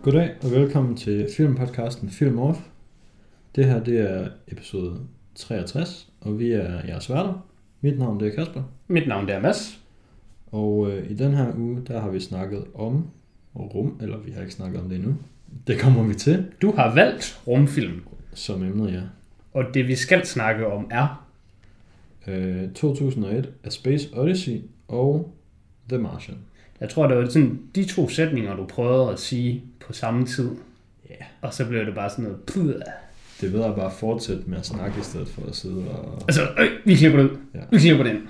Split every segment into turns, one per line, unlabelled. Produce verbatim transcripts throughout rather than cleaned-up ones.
Goddag og velkommen til filmpodcasten Film Off. Det her det er episode treogtres, og vi er jeres værter. Mit navn det er Kasper.
Mit navn det er Mads.
Og øh, i den her uge, der har vi snakket om rum, eller vi har ikke snakket om det endnu. Det kommer vi til.
Du har valgt rumfilm.
Som emnet, ja.
Og det vi skal snakke om er...
Øh, to tusind og et, A Space Odyssey og The Martian.
Jeg tror, det var sådan de to sætninger, du prøvede at sige på samme tid.
Ja. Yeah.
Og så blev det bare sådan noget... Puh.
Det ved jeg bare fortsætte med at snakke i stedet for at sidde og...
Altså, øh, vi klipper det ud.
Ja.
Vi klipper den.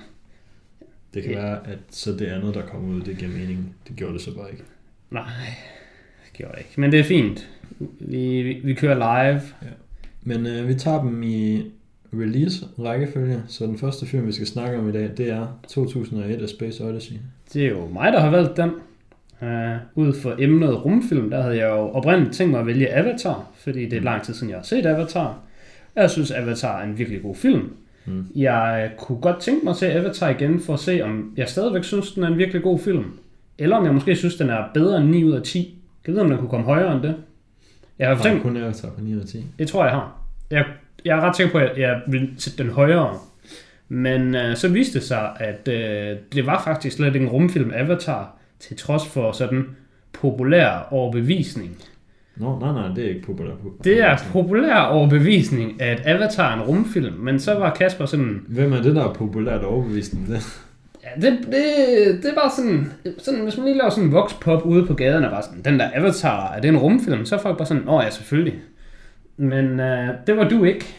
Det kan ja. være, at så det andet, der kommer ud, det giver mening. Det gjorde det så bare ikke.
Nej, det gjorde det ikke. Men det er fint. Vi, vi, vi kører live.
Ja. Men øh, vi tager dem i release-rækkefølge. Så den første film, vi skal snakke om i dag, det er to tusind og et, A Space Odyssey.
Det er jo mig, der har valgt den. Uh, ud for emnet rumfilm, der havde jeg jo oprindeligt tænkt mig at vælge Avatar, fordi det er lang tid siden, jeg har set Avatar. Jeg synes, Avatar er en virkelig god film. Mm. Jeg kunne godt tænke mig at se Avatar igen, for at se, om jeg stadigvæk synes, den er en virkelig god film. Eller om jeg måske synes, den er bedre end ni ud af ti. Jeg ved, om den kunne komme højere end det. Jeg har,
har
tænkt...
kun Avatar på ni ud af ti?
Det tror jeg, jeg har. Jeg, jeg er ret sikker på, at jeg vil sætte den højere. Men uh, så viste det sig, at uh, det var faktisk slet ikke en rumfilm Avatar, til trods for sådan populær overbevisning.
Nå, nej, nej, det er ikke populær.
Det er populær overbevisning, at Avatar er en rumfilm, men så var Kasper sådan...
Hvem er det, der er populært overbevisning? Det?
Ja, det, det, det er bare sådan, sådan, hvis man lige laver sådan en voxpop ude på gaden, og bare sådan, den der Avatar, er det en rumfilm? Så er folk bare sådan, åh ja, selvfølgelig. Men uh, det var du ikke.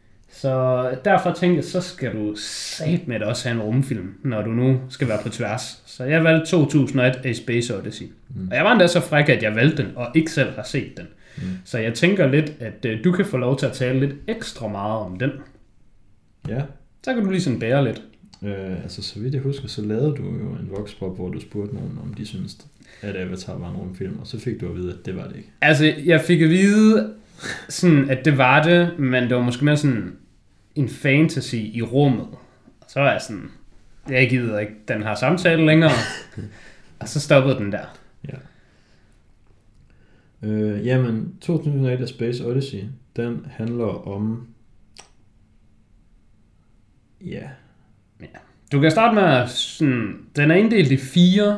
Så derfor tænkte jeg, så skal du satme det også have en rumfilm, når du nu skal være på tværs. Så jeg valgte to tusind og et, A Space Odyssey. Mm. Og jeg var endda så fræk, at jeg valgte den, og ikke selv har set den. Mm. Så jeg tænker lidt, at uh, du kan få lov til at tale lidt ekstra meget om den.
Ja.
Så kan du lige sådan bære lidt.
Øh, altså, så vidt jeg husker, så lavede du jo en voxpop, hvor du spurgte nogen, om de syntes, at Avatar var en rumfilm, og så fik du at vide, at det var det ikke.
Altså, jeg fik at vide, sådan, at det var det, men det var måske mere sådan en fantasy i rummet. Og så var jeg sådan, jeg gider ikke den her samtale længere. Og så stoppede den der.
Ja. Øh, jamen, to tusind og et, A Space Odyssey, den handler om... Ja.
ja. Du kan starte med sådan, den er inddelt i fire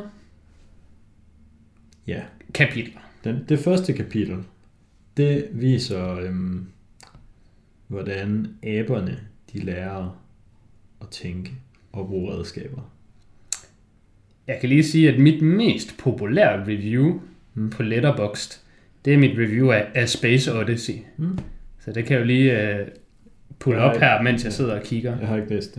ja.
kapitler.
Den, det første kapitel, det viser, øhm, hvordan aberne, de lærer at tænke og bruge redskaber.
Jeg kan lige sige, at mit mest populære review mm. på Letterboxd, det er mit review af, af Space Odyssey. Mm. Så det kan jeg jo lige uh, pulle op her, mens jeg sidder og kigger.
Jeg har ikke læst det.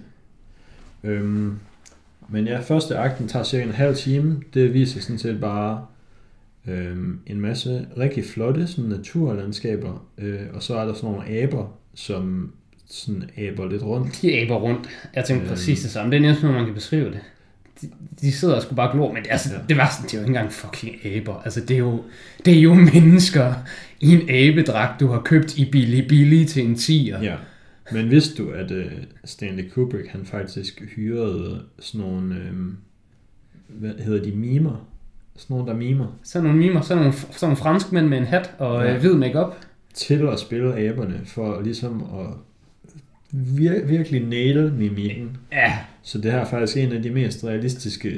Øhm, men ja, første akten tager cirka en halv time. Det viser sådan set bare øhm, en masse rigtig flotte sådan naturlandskaber. Øh, og så er der sådan nogle aber, som sådan aber lidt rundt.
De aber rundt. Jeg tænkte øhm. præcis det samme. Det er næsten, man kan beskrive det. De, de sidder og skulle bare glor, men det, altså, ja. det var sådan, det er jo ikke engang fucking aber. Altså, det er jo, det er jo mennesker i en abedragt, du har købt i billig billig til en tier.
Ja. Men vidste du, at uh, Stanley Kubrick, han faktisk hyrede sådan nogle, øhm, hvad hedder de, mimer? Sådan nogle, der mimer.
Sådan nogle mimer, sådan nogle, sådan nogle franskmænd med en hat og ja. hvid makeup.
Til at spille aberne, for ligesom at vir- virkelig nail mimikken.
Ja.
Så det her er faktisk en af de mest realistiske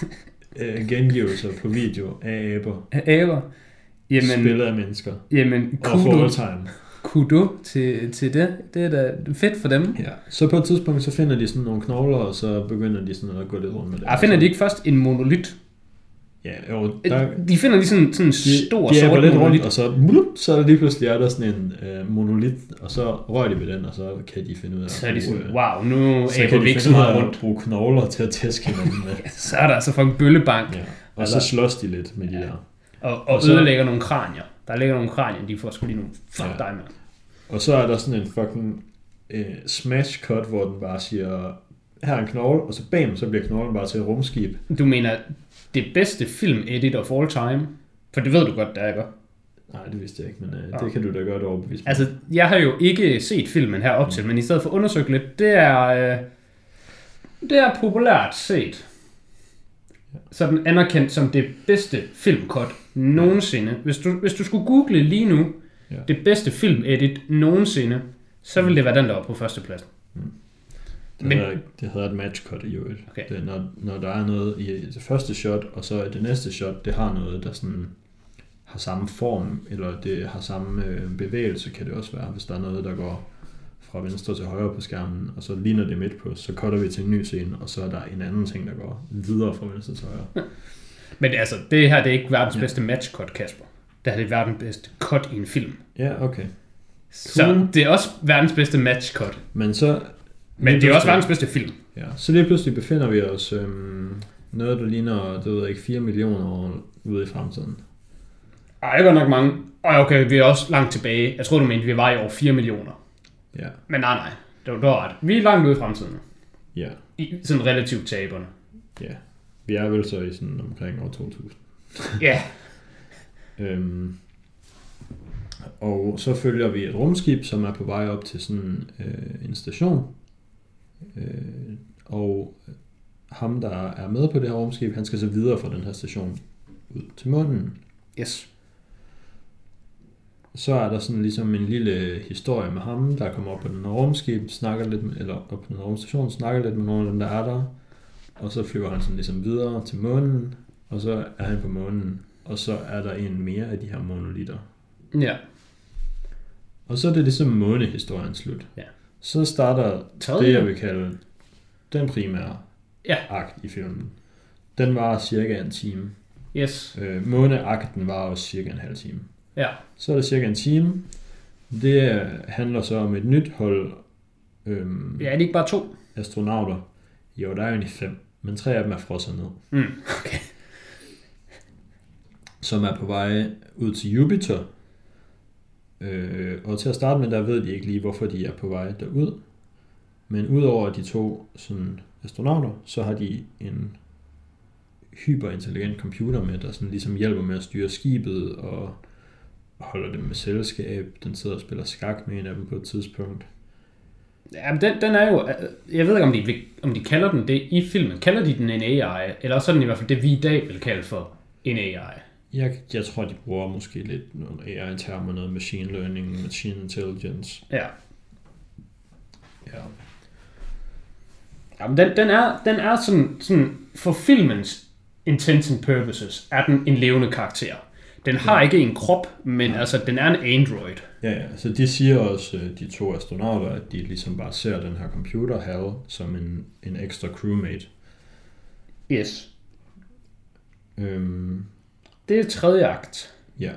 uh, gengivelser på video af aber.
Af aber? Jamen,
spillet af mennesker.
Jamen,
og for all time.
Kudo til, til det. Det er da fedt for dem.
Ja. Så på et tidspunkt, så finder de sådan nogle knogler, og så begynder de sådan at gå lidt rundt med det.
Ah, finder de ikke først en monolit?
Ja, jo. Der,
de finder lige sådan, sådan en stor
de, de
sort
lidt
monolit.
Rundt, og så, blup, så er der lige pludselig er der sådan en øh, monolit, og så rører de ved den, og så kan de finde ud af...
Så er de sådan, wow, nu
er vi ikke så meget rundt. Bruge knogler til at tæske hinanden med.
Ja, så er der altså fucking bøllebank.
Ja. Og altså, så slås de lidt med de ja. der.
Og, og, og ødelægger nogle kranier. Der ligger nogle kranier, de får sgu lige nogle fuck ja. dig med.
Og så er der sådan en fucking øh, smash cut, hvor den bare siger, her er en knogle, og så bam, så bliver knoglen bare til et rumskib.
Du mener, det bedste film edit of all time? For det ved du godt, det er, ikke?
Nej, det vidste jeg ikke, men øh, det kan du da godt overbevise mig.
Altså, jeg har jo ikke set filmen her op til, mm. men i stedet for at undersøge lidt, det er, øh, det er populært set. så er den anerkendt som det bedste filmcut nogensinde. Hvis du, hvis du skulle google lige nu, ja. det bedste filmedit nogensinde, så ville det være den, der var på førstepladsen. Mm.
Det, Men, hedder, det hedder et matchcut i øvrigt. Okay. Det, når, når der er noget i det første shot, og så i det næste shot, det har noget, der sådan har samme form, eller det har samme øh, bevægelse, kan det også være, hvis der er noget, der går fra venstre til højre på skærmen, og så ligner det midt på, så cutter vi til en ny scene, og så er der en anden ting, der går videre fra venstre til højre.
Men altså, det her det er ikke verdens bedste ja. matchcut, Kasper. Det her det er verdens bedste cut i en film.
Ja, okay. Cool.
Så det er også verdens bedste matchcut.
Men så...
Men det er også verdens bedste film.
Ja, så lige pludselig befinder vi os øhm, noget, der ligner, det ved jeg ikke, fire millioner år ude i fremtiden.
Ej, det er godt nok mange. Og okay, vi er også langt tilbage. Jeg tror du mente, vi var i over fire millioner.
Ja.
Men nej, nej. Det var, det var ret. Vi er langt ude i fremtiden.
Ja.
I sådan relativt taberne.
Ja. Vi er vel så i sådan omkring år to tusind.
Ja.
øhm, og så følger vi et rumskib, som er på vej op til sådan øh, en station. Øh, og ham, der er med på det her rumskib, han skal så videre fra den her station ud til månen.
Yes.
Så er der sådan ligesom en lille historie med ham, der kommer op på den her rumskib, snakker lidt med, eller op på den her rumstation, snakker lidt med nogle af dem, der er der. Og så flyver han sådan ligesom videre til månen, og så er han på månen, og så er der en mere af de her monolitter.
Ja.
Og så er det ligesom månehistorien slut.
Ja.
Så starter
Tredje.
det, jeg vil kalde den primære
ja.
akt i filmen. Den var cirka en time.
Yes.
Øh, måneakten var også cirka en halv time.
Ja.
Så er det cirka en time. Det handler så om et nyt hold øhm,
ja, er det ikke bare to?
astronauter. Jo, der er jo fem, men tre af dem er frosset ned.
Mm, okay.
Som er på vej ud til Jupiter. Øh, og til at starte med, der ved de ikke lige, hvorfor de er på vej derud. Men udover de to sådan, astronauter, så har de en hyperintelligent computer med, der sådan, ligesom hjælper med at styre skibet og holder dem med selskab. Den sidder og spiller skak med en af dem på et tidspunkt.
Ja, men den, den er jo... Jeg ved ikke, om de, om de kalder den det i filmen. Kalder de den en A I? Eller så er den i hvert fald det, vi i dag vil kalde for en A I.
Jeg, jeg tror, de bruger måske lidt nogle A I-termer, noget machine learning, machine intelligence.
Ja.
Ja.
Jamen, den, den er, den er sådan, sådan... For filmens intents and purposes er den en levende karakter. Den har ja. ikke en krop, men ja. altså, den er en android.
Ja, ja. Så de siger også, de to astronauter, at de ligesom bare ser den her computer, Hal, som en, en ekstra crewmate.
Yes.
Øhm,
det er tredje akt.
Ja.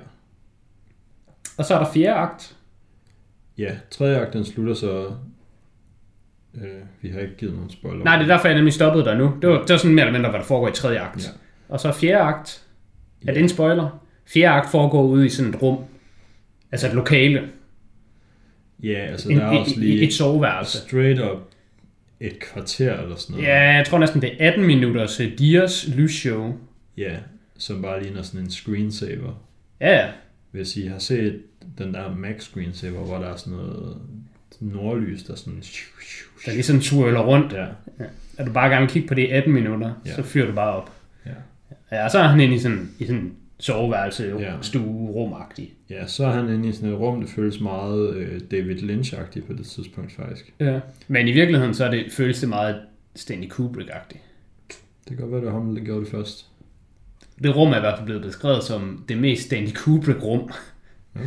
Og så er der fjerde akt.
Ja, tredje akt, den slutter så... Øh, vi har ikke givet nogen spoiler.
Nej, det er derfor, jeg nemlig stoppede der nu. Det var, det var sådan mere eller mindre, hvad der foregår i tredje akt.
Ja.
Og så fjerde akt. Er
ja.
det en spoiler? Fjerde akt foregår ude i sådan et rum. Altså et lokale.
Ja, altså
en,
der er også lige...
Et, et soveværelse.
Straight up et kvarter eller sådan noget.
Ja, jeg tror næsten, det er atten minutters Dias lysshow.
Ja, som bare ligner sådan en screensaver.
Ja, ja.
Hvis I har set den der Mac screensaver, hvor der er sådan noget nordlys, der sådan...
Der lige sådan twirler rundt.
Ja.
Ja. Og du bare gerne vil kigge på det i atten minutter, ja. så fyrer du bare op.
Ja.
Ja, og så er han inde i sådan, i sådan soveværelse,
ja.
stue, rumagtig.
Ja, så er han inde i sådan et rum, det føles meget øh, David Lynch-agtigt på det tidspunkt faktisk.
Ja, men i virkeligheden så er det, føles det meget Stanley Kubrick-agtigt.
Det kan godt være, det var ham, der gjorde det først.
Det rum er i hvert fald blevet beskrevet som det mest Stanley Kubrick-rum.
Okay.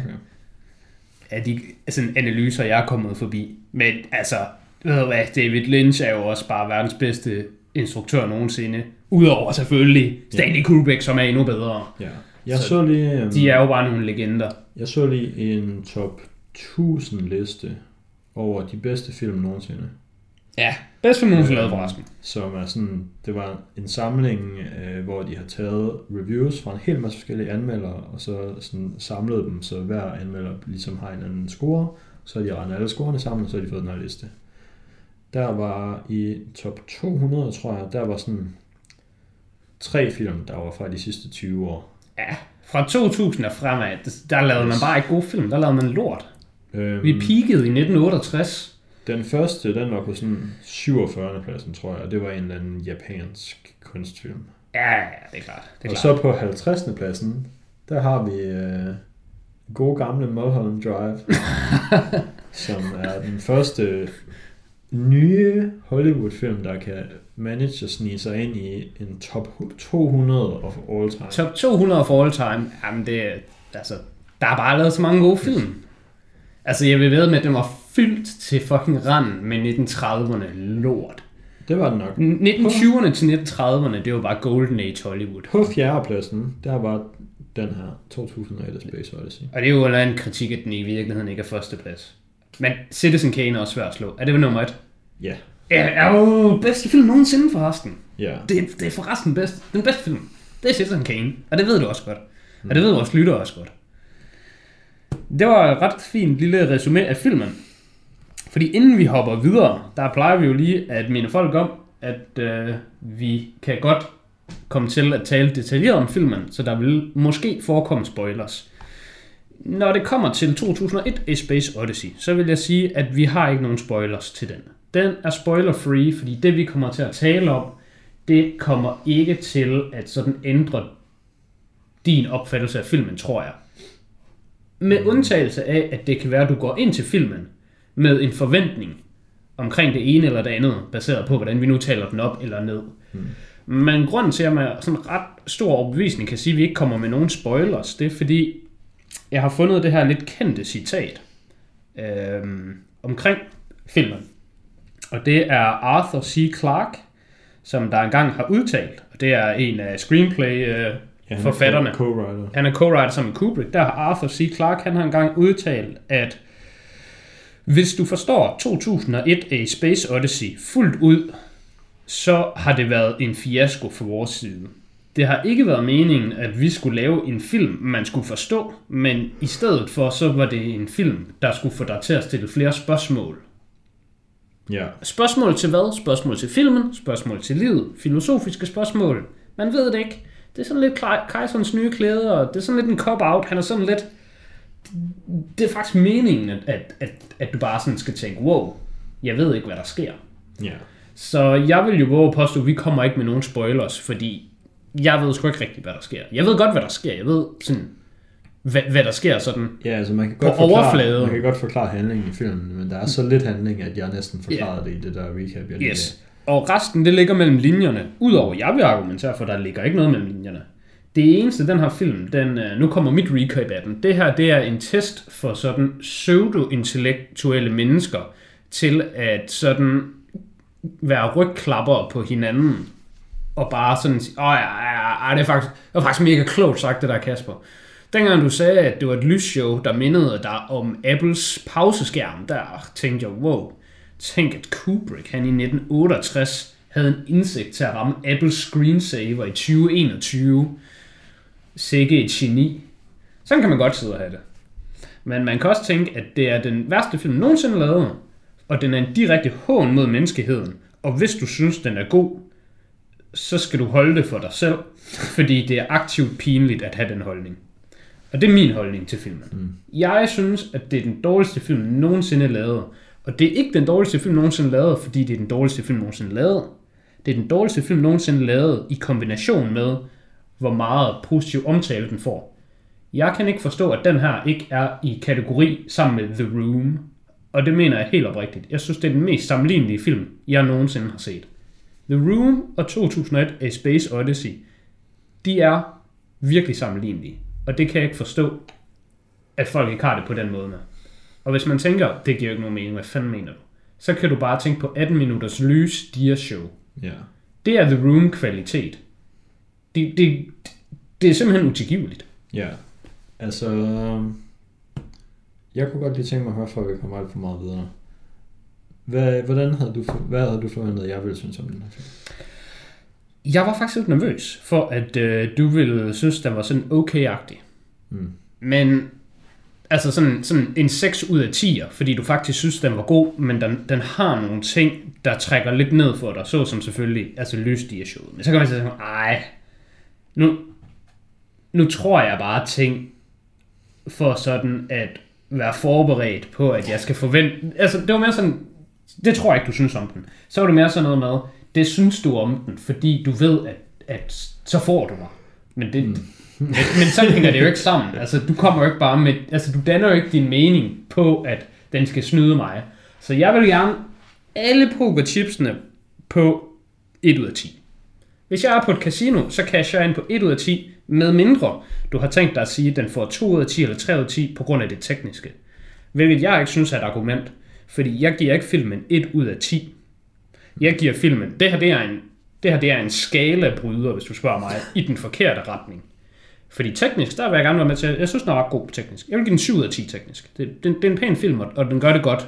Af de sådan, analyser, jeg er kommet forbi. Men altså, ved du hvad, David Lynch er jo også bare verdens bedste instruktør nogensinde. Udover selvfølgelig Stanley ja. Kubrick, som er endnu bedre.
Ja. Jeg så, så lige, um,
de er jo bare nogle legender.
Jeg så lige en top tusind liste over de bedste film nogensinde.
Ja, bedste film nogensinde lavet forresten.
Som er sådan, det var en samling, øh, hvor de har taget reviews fra en hel masse forskellige anmeldere, og så sådan samlet dem, så hver anmelder ligesom har en anden score, så har de regnet alle scorene sammen, og så har de fået den her liste. Der var i top to hundrede, tror jeg, der var sådan tre film, der var fra de sidste tyve år.
Ja, fra to tusind og fremad, der lavede man bare ikke gode film, der lavede man lort.
Øhm,
Vi peakede i nitten otteogtres.
Den første, den var på sådan syvogfyrre pladsen, tror jeg, og det var en eller anden japansk kunstfilm.
Ja, ja, det er klart. Det er
og
klart.
så på halvtredsende pladsen, der har vi øh, gode gamle Mulholland Drive, som er den første nye Hollywood-film, der kan manage at snige sig ind i en top to hundrede of all time.
Top to hundrede of all time? Jamen det er, altså, der er bare lavet så mange gode film. Altså jeg vil ved med, at den var fyldt til fucking randen med nitten trediverne lort.
Det var den nok.
nitten tyverne til nitten trediverne, det var bare Golden Age Hollywood.
På fjerdepladsen, der var den her to tusind og et A Space Odyssey.
Og det er jo en kritik, at den i virkeligheden ikke er førsteplads. Men Citizen Kane er også svært at slå. Er det vel nummer et?
Ja.
Ja, er jo bedste film nogensinde forresten.
Ja.
Det, det er forresten bedst, den bedste film. Det er Citizen Kane, og det ved du også godt. Mm. Og det ved vores lyttere også godt. Det var et ret fint lille resumé af filmen. Fordi inden vi hopper videre, der plejer vi jo lige at minde folk om, at øh, vi kan godt komme til at tale detaljeret om filmen, så der vil måske forekomme spoilers. Når det kommer til to tusind og et A Space Odyssey, så vil jeg sige, at vi har ikke nogen spoilers til den. Den er spoiler-free, fordi det vi kommer til at tale om, det kommer ikke til at sådan ændre din opfattelse af filmen, tror jeg. Med undtagelse af, at det kan være, at du går ind til filmen med en forventning omkring det ene eller det andet, baseret på, hvordan vi nu taler den op eller ned. Hmm. Men grunden til, at man sådan ret stor overbevisning kan sige, at vi ikke kommer med nogen spoilers, det er fordi, jeg har fundet det her lidt kendte citat øh, omkring filmen. Og det er Arthur C. Clarke, som der engang har udtalt, og det er en af screenplay-forfatterne. Øh,
co-writer.
Han er co-writer sammen med Kubrick. Der har Arthur C. Clarke, han har engang udtalt, at hvis du forstår to tusind og et A Space Odyssey fuldt ud, så har det været en fiasko for vores side. Det har ikke været meningen, at vi skulle lave en film, man skulle forstå, men i stedet for, så var det en film, der skulle få dig til at stille flere spørgsmål.
Ja.
Spørgsmål til hvad? Spørgsmål til filmen, spørgsmål til livet, filosofiske spørgsmål. Man ved det ikke. Det er sådan lidt Kejserens nye klæder, og det er sådan lidt en cop-out. Han er sådan lidt... Det er faktisk meningen, at, at, at, at du bare sådan skal tænke, wow, jeg ved ikke, hvad der sker.
Ja.
Så jeg vil jo våge at påstå, at vi kommer ikke med nogen spoilers, fordi jeg ved sgu ikke rigtigt, hvad der sker. Jeg ved godt, hvad der sker. Jeg ved sådan, hvad, hvad der sker sådan
ja, altså man kan
på
godt forklare,
overfladen.
Man kan godt forklare handlingen i filmen, men der er så lidt handling, at jeg næsten forklarede yeah. det i det der recap, jeg lige
yes. Og resten, det ligger mellem linjerne. Udover, jeg vil argumentere for, der ligger ikke noget mellem linjerne. Det eneste, den her film, den, nu kommer mit recap af den. Det her, det er en test for sådan pseudo-intellektuelle mennesker til at sådan være rygklapper på hinanden og bare sådan sige, åh ja, ja, ja, det er faktisk, det var faktisk mega klogt sagt, det der, Kasper. Dengang du sagde, at det var et lysshow, der mindede dig om Apples pauseskærm, der tænkte jeg, wow, tænk at Kubrick, han i nitten otteogtres havde en indsigt til at ramme Apples screensaver i tyve enogtyve. Sikke et geni. Sådan kan man godt sidde og have det. Men man kan også tænke, at det er den værste film nogensinde lavet, og den er en direkte hån mod menneskeheden. Og hvis du synes, den er god, så skal du holde det for dig selv, fordi det er aktivt pinligt at have den holdning. Og det er min holdning til filmen. Mm. Jeg synes, at det er den dårligste film nogensinde lavet. Og det er ikke den dårligste film nogensinde lavet, fordi det er den dårligste film nogensinde lavet. Det er den dårligste film nogensinde lavet i kombination med, hvor meget positiv omtale den får. Jeg kan ikke forstå, at den her ikke er i kategori sammen med The Room. Og det mener jeg helt oprigtigt. Jeg synes, det er den mest sammenlignelige film, jeg nogensinde har set. The Room og to tusind og et A Space Odyssey, de er virkelig sammenlignelige. Og det kan jeg ikke forstå, at folk ikke har det på den måde med. Og hvis man tænker, det giver jo ikke nogen mening, hvad fanden mener du? Så kan du bare tænke på atten minutters lys dia-show.
Ja.
Det er The Room kvalitet. Det, det, det er simpelthen utilgiveligt.
Ja, altså... Jeg kunne godt lige tænke mig at høre, før vi kommer alt for meget videre. Hvad, hvordan havde du, hvad havde du forventet, at jeg ville synes om den her film?
Jeg var faktisk lidt nervøs for, at øh, du ville synes, den var sådan okay-agtig.
Mm.
Men altså sådan, sådan en seks ud af ti, fordi du faktisk synes, den var god, men den, den har nogle ting, der trækker lidt ned for dig, så som selvfølgelig altså lysdiashowet. Men så kan man sige, ej, nu, nu tror jeg bare ting for sådan at være forberedt på, at jeg skal forvente... Altså, det var mere sådan... Det tror jeg ikke, du synes om den. Så var det mere sådan noget med, det synes du om den, fordi du ved, at, at så får du mig. Men, det,
Mm.
men, men sådan hænger det jo ikke sammen. Altså, du kommer jo ikke bare med... Altså, du danner jo ikke din mening på, at den skal snyde mig. Så jeg vil gerne alle pokerchipsene på et ud af ti. Hvis jeg er på et casino, så casher jeg ind på et ud af ti, med mindre du har tænkt dig at sige, at den får to ud af ti eller tre ud af ti på grund af det tekniske. Hvilket jeg ikke synes er et argument, fordi jeg giver ikke filmen et ud af ti. Jeg giver filmen, det her det er en, det her det er en skala-bryder, hvis du spørger mig, i den forkerte retning. Fordi teknisk, der vil jeg gerne være med til, jeg synes den er ret god teknisk. Jeg vil give den syv ud af ti teknisk. Det, det, det er en pæn film, og den gør det godt.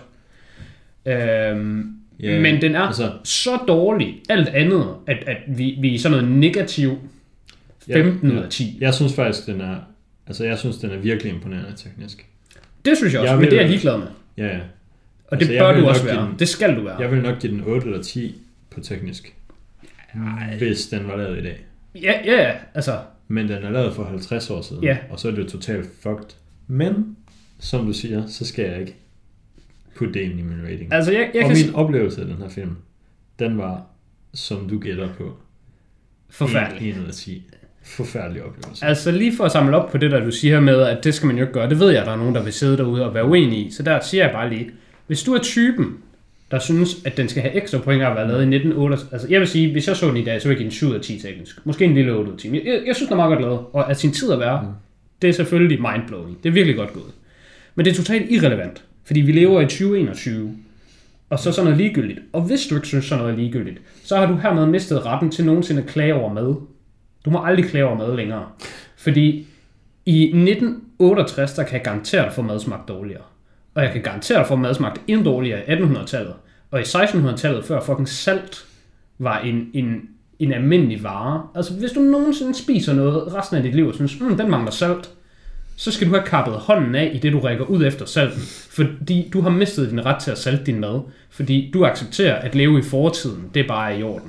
Øhm, yeah, men den er altså så dårlig, alt andet, at, at vi, vi er sådan noget negativ femten ud af ti.
Jeg synes faktisk, den er, altså jeg synes, den er virkelig imponerende teknisk.
Det synes jeg også,
jeg
men det er jeg
vil,
ligeglad med.
Ja, ja.
Og det
altså,
bør du også være.
Den,
det skal du være.
Jeg vil nok give den otte eller ti på teknisk. Ej. Hvis den var lavet i dag.
Ja, ja, ja. Altså.
Men den er lavet for halvtreds år siden.
Ja.
Og så er det totalt fucked. Men, som du siger, så skal jeg ikke putte det ind i min rating.
Altså, jeg, jeg
og
kan
min
s-
oplevelse af den her film, den var, som du gætter på,
forfærdelig.
en ud af ti. Forfærdelig oplevelse.
Altså lige for at samle op på det, der du siger med, at det skal man jo ikke gøre. Det ved jeg, at der er nogen, der vil sidde derude og være uenige i. Så der siger jeg bare lige, hvis du er typen, der synes, at den skal have ekstra point af at være lavet i nitten otteogtres. Altså jeg vil sige, hvis jeg så den i dag, så vil jeg give den syv ud af ti teknisk. Måske en lille otte ud af ti. Jeg, jeg, jeg synes, den er meget godt lavet. Og at sin tid at være, mm. det er selvfølgelig mindblowing. Det er virkelig godt gået. Men det er totalt irrelevant. Fordi vi lever i tyve enogtyve. Og så sådan noget ligegyldigt. Og hvis du ikke synes sådan noget er ligegyldigt, så har du hermed mistet retten til nogensinde at klage over mad. Du må aldrig klage over mad længere. Fordi i nitten otteogtres, der kan jeg garantere dig for mad smagt dårligere. Og jeg kan garantere dig for mad smagt endnu dårligere i attenhundredetallet. Og i sekstenhundredetallet, før fucking salt var en, en, en almindelig vare. Altså hvis du nogensinde spiser noget resten af dit liv og synes, mm, den mangler salt, så skal du have kappet hånden af i det, du rækker ud efter salten. Fordi du har mistet din ret til at salte din mad. Fordi du accepterer at leve i fortiden. Det er bare i orden.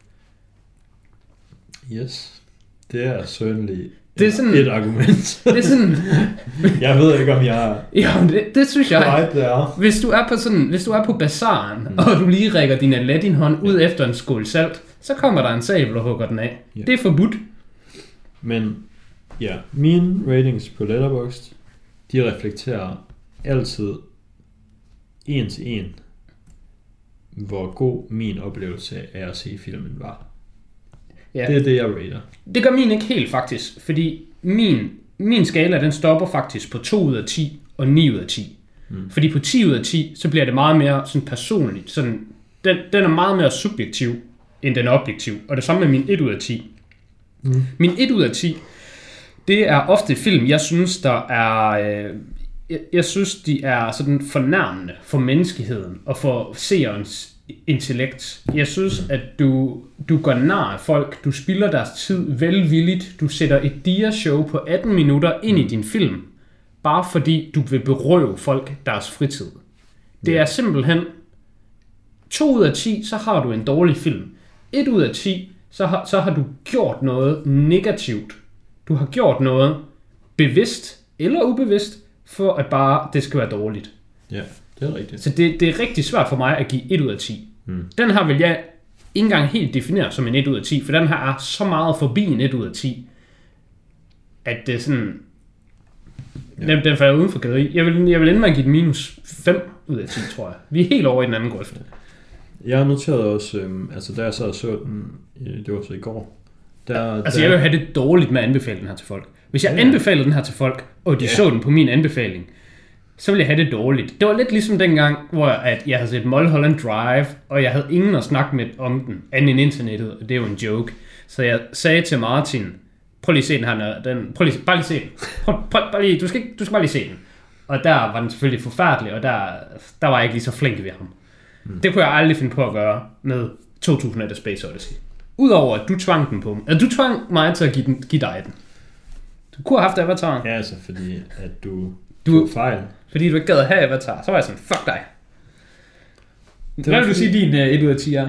Yes. Det er certainly
det er sådan,
et argument.
Det er sådan...
jeg ved ikke, om jeg...
Ja, det, det synes jeg.
Right there.
Hvis du er på sådan, hvis du er på bazaren, mm. og du lige rækker din Aladdin-hånd ud efter en skål salt, så kommer der en sabel og hugger den af. Yeah. Det er forbudt.
Men ja, mine ratings på Letterboxd, de reflekterer altid en til en, hvor god min oplevelse af at se filmen var. Ja. Det er det, jeg rater.
Det gør min ikke helt faktisk, fordi min, min skala, den stopper faktisk på to ud af ti og ni ud af ti. Mm. Fordi på ti ud af ti, så bliver det meget mere sådan personligt. Sådan, den, den er meget mere subjektiv, end den er objektiv. Og det samme med min et ud af ti. Mm. Min et ud af ti, det er ofte film, jeg synes, der er... Øh, jeg, jeg synes, de er sådan fornærmende for menneskeheden og for seerens intellekt. Jeg synes, at du, du går nar af folk, du spilder deres tid velvilligt, du sætter et dia-show på atten minutter ind i din film, bare fordi du vil berøve folk deres fritid. Det er simpelthen to ud af ti, så har du en dårlig film. et ud af ti, så har, så har du gjort noget negativt. Du har gjort noget bevidst eller ubevidst, for at bare det skal være dårligt.
Ja, det er rigtigt.
Så det, det er rigtig svært for mig at give et ud af ti. Hmm. Den her vil jeg ikke engang helt definere som en et ud af ti, for den her er så meget forbi en et ud af ti, at det er sådan... Ja. Den, den falder uden for kategori. Jeg vil, jeg vil ende med at give den minus fem ud af ti, tror jeg. Vi er helt over i den anden grøft.
Jeg noterede også, øhm, altså da jeg så så den, det var så i går. Der,
altså
der...
jeg vil have det dårligt med at anbefale den her til folk. Hvis jeg ja. anbefalede den her til folk, og de ja. så den på min anbefaling, så ville jeg have det dårligt. Det var lidt ligesom dengang, hvor at jeg havde set Mulholland Drive, og jeg havde ingen at snakke med om den, anden end internettet, og det er jo en joke. Så jeg sagde til Martin, prøv lige at se den her, den, prøv lige, bare lige se den. Prøv, prøv, bare lige, du, skal, du skal bare lige se den. Og der var den selvfølgelig forfærdelig, og der, der var jeg ikke lige så flink ved ham. Hmm. Det kunne jeg aldrig finde på at gøre med to tusind et Space Odyssey. Udover at du tvang den på mig. Altså, du tvang mig til at give, den, give dig den. Du kunne have haft Avatar.
Ja, altså fordi at du,
du
tog fejl.
Fordi du ikke gad at have Avatar. Så var jeg sådan, fuck dig. Det Hvad vil du sige, din uh, et ud af ti er?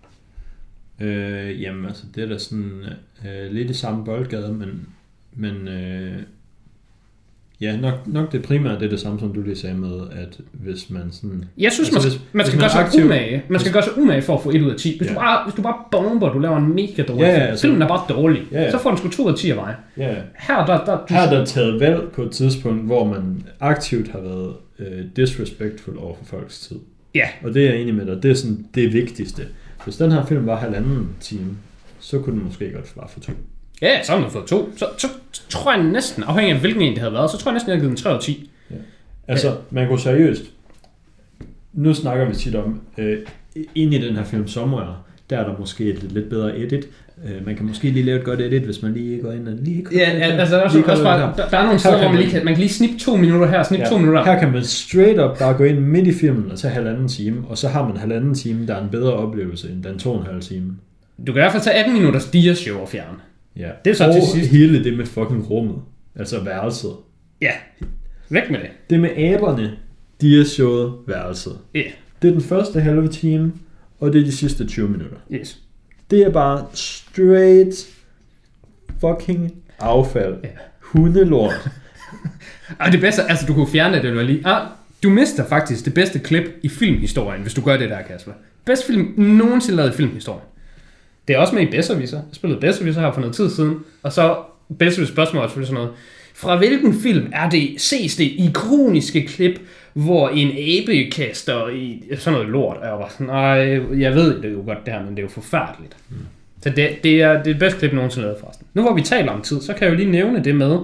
Øh, jamen altså, det er da sådan uh, lidt i samme boldgade, men, men uh, Ja, nok, nok det primære, det er det samme, som du lige sagde med, at hvis man sådan...
Jeg synes, altså, man,
hvis,
man skal
man
gøre sig
aktiv,
umage. Man skal gøre sig umage for at få et ud af ti. Hvis, ja. du, bare, hvis du bare bomber, du laver en mega dårlig
ja, ja,
film.
altså,
Filmen er bare dårlig.
Ja, ja.
Så får den sgu to ud af ti af mig.
Ja.
Her der, der,
Her er der taget valg på et tidspunkt, hvor man aktivt har været øh, disrespectful over for folks tid.
Ja.
Og det er jeg enig med dig. Det er sådan det vigtigste. Hvis den her film var halvanden time, så kunne den måske godt bare få to.
Ja, så har den fået to. Så, så, så tror jeg næsten, afhængig af hvilken en det havde været, så tror jeg næsten, jeg havde givet den tre ud af ti.
Ja. Altså, man kunne seriøst... Nu snakker vi tit om, øh, inde i den her film Somewhere, der er der måske et lidt, lidt bedre edit. Øh, man kan måske lige lave et godt edit, hvis man lige går ind og lige...
Ja, altså der er, også, også bare, der, der er nogle steder, hvor man lige kan, man kan lige snippe to minutter her, snippe ja, to minutter.
Her kan man straight up bare gå ind midt i filmen og tage halvanden time, og så har man halvanden time, der er en bedre oplevelse end den to og en halv time.
Du kan i hvert fald tage atten minutters diashow og fjerne.
Ja,
det er så
og
til sidst.
hele det med fucking rummet, altså værelset.
Ja, væk med det.
Det med aberne, diashowet, værelset.
Ja. Yeah.
Det er den første halve time, og det er de sidste tyve minutter.
Yes.
Det er bare straight fucking affald.
Ja.
Hundelort.
Og det bedste, altså du kunne fjerne det, du lige. Ah, du mister faktisk det bedste klip i filmhistorien, hvis du gør det der, Kasper. Bedste film nogensinde lavet i filmhistorien. Det er også med i Besserwisser. Jeg spillede Besserwisser her for noget tid siden. Og så Besserwisser spørgsmål er selvfølgelig sådan noget. Fra hvilken film er det, ses det ikoniske klip, hvor en abe kaster i sådan noget lort? Og jeg var sådan, nej, jeg ved det jo godt det her, men det er jo forfærdeligt. Mm. Så det, det er det bedste klip nogensinde lavet forresten. Nu hvor vi taler om tid, så kan jeg jo lige nævne det med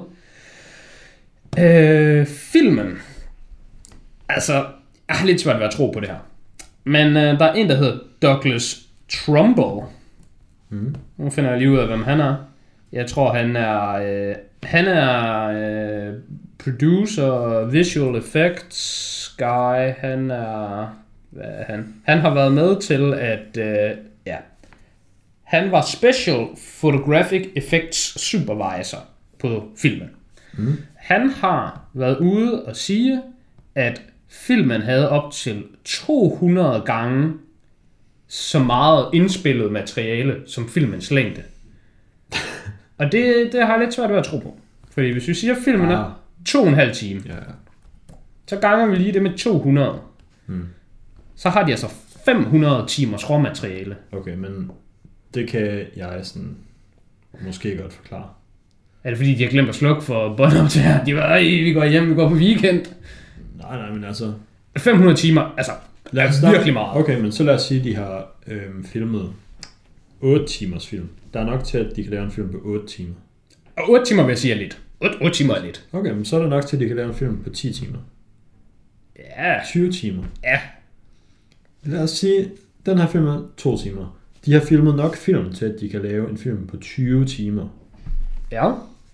øh, filmen. Altså, jeg har lidt svært ved at tro på det her. Men øh, der er en, der hedder Douglas Trumbull. Mm. Nu finder jeg lige ud af, hvem han er. Jeg tror, han er øh, han er øh, producer, visual effects guy. Han er hvad er han? Han har været med til at øh, ja. Han var special photographic effects supervisor på filmen. Mm. Han har været ude og sige, at filmen havde op til to hundrede gange så meget indspillet materiale som filmens længde. Og det, det har jeg lidt svært ved at tro på. Fordi hvis vi siger, at filmen er ah. to og en halv time, ja. Så ganger vi lige det med to hundrede. Hmm. Så har de altså fem hundrede timers råmateriale.
Okay, men det kan jeg sådan måske godt forklare.
Er det fordi, de har glemt at slukke for båndoptager? De var, vi går hjem, vi går på weekend.
Nej, nej, men altså...
fem hundrede timer, altså, lad os virkelig meget.
Okay, men så lad os sige, at de har øhm, filmet otte timers film. Der er nok til, at de kan lave en film på otte timer.
Og otte timer vil jeg sige er lidt. otte, otte timer er lidt.
Okay, men så er der nok til, at de kan lave en film på ti timer.
Ja.
tyve timer.
Ja.
Lad os sige, at den her film er to timer. De har filmet nok film til, at de kan lave en film på tyve timer.
Ja.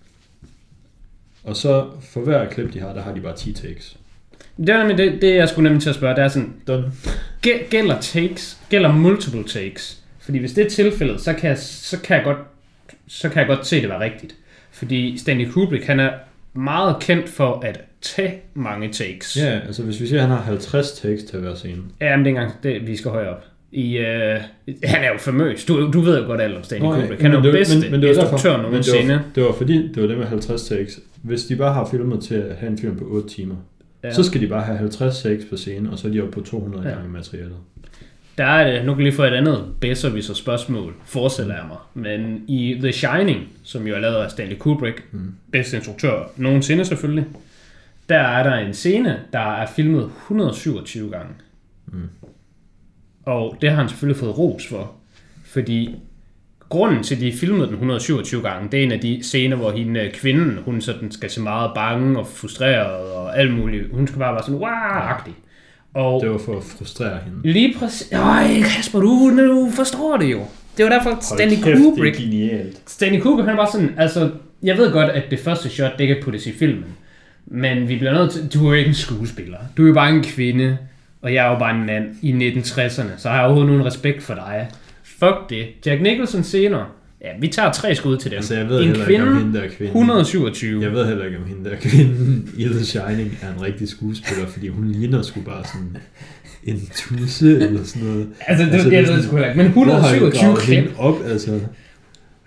Og så for hver klip, de har, der har de bare ti takes.
Det er nemlig det, det jeg skulle nemlig til at spørge. Det er sådan,
Done.
Gælder takes, gælder multiple takes. Fordi hvis det er tilfældet, så kan jeg, så kan jeg godt, så kan jeg godt se, det var rigtigt. Fordi Stanley Kubrick, han er meget kendt for at tage mange takes.
Ja, altså hvis vi siger, at han har halvtreds takes til hver scene.
Ja, men det er engang, det, vi skal højere op. I, øh, han er jo famøs. Du, du ved jo godt alt om Stanley Nå, Kubrick. Han er jo bedste men, men instruktør nogensinde.
Det, det var fordi, det var det med halvtreds takes. Hvis de bare har filmet til at have en film på otte timer, ja. Så skal de bare have halvtreds takes på scene, og så er de oppe på to hundrede ja. Gange materialet.
Der er det, nu kan jeg lige få et andet Besserwisser spørgsmål, forestiller jeg mig. Men i The Shining, som jo er lavet af Stanley Kubrick, mm. bedste instruktør nogensinde selvfølgelig, der er der en scene, der er filmet et hundrede og syvogtyve gange. Mm. Og det har han selvfølgelig fået ros for, fordi grunden til, at de filmede den et hundrede og syvogtyve gange, det er en af de scener, hvor hende, kvinden, hun sådan skal se meget bange og frustreret og alt muligt. Hun skal bare være sådan, wow-agtig. Og
det var for at frustrere hende.
Lige præcis. Øj, Kasper, du, du forstår det jo. Det var derfor, Stanley kæft, Kubrick...
det er genialt.
Stanley Kubrick, han var sådan, altså, jeg ved godt, at det første shot, det kan puttes i filmen. Men vi bliver nødt til, du er jo ikke en skuespiller. Du er jo bare en kvinde, og jeg er jo bare en mand i nitten tresserne, så har jeg overhovedet nogen respekt for dig. Fuck det. Jack Nicholson senere. Ja, vi tager tre skud til dem.
Altså, jeg ved
en
heller
kvinde,
ikke, om hende der kvinde...
et hundrede og syvogtyve.
Jeg ved heller ikke, om hende der kvinde i The Shining er en rigtig skuespiller, fordi hun ligner sgu bare sådan en tusse eller sådan noget.
Altså, det, altså, jeg ved det sgu heller ikke, men et hundrede og syvogtyve klip.
op, altså...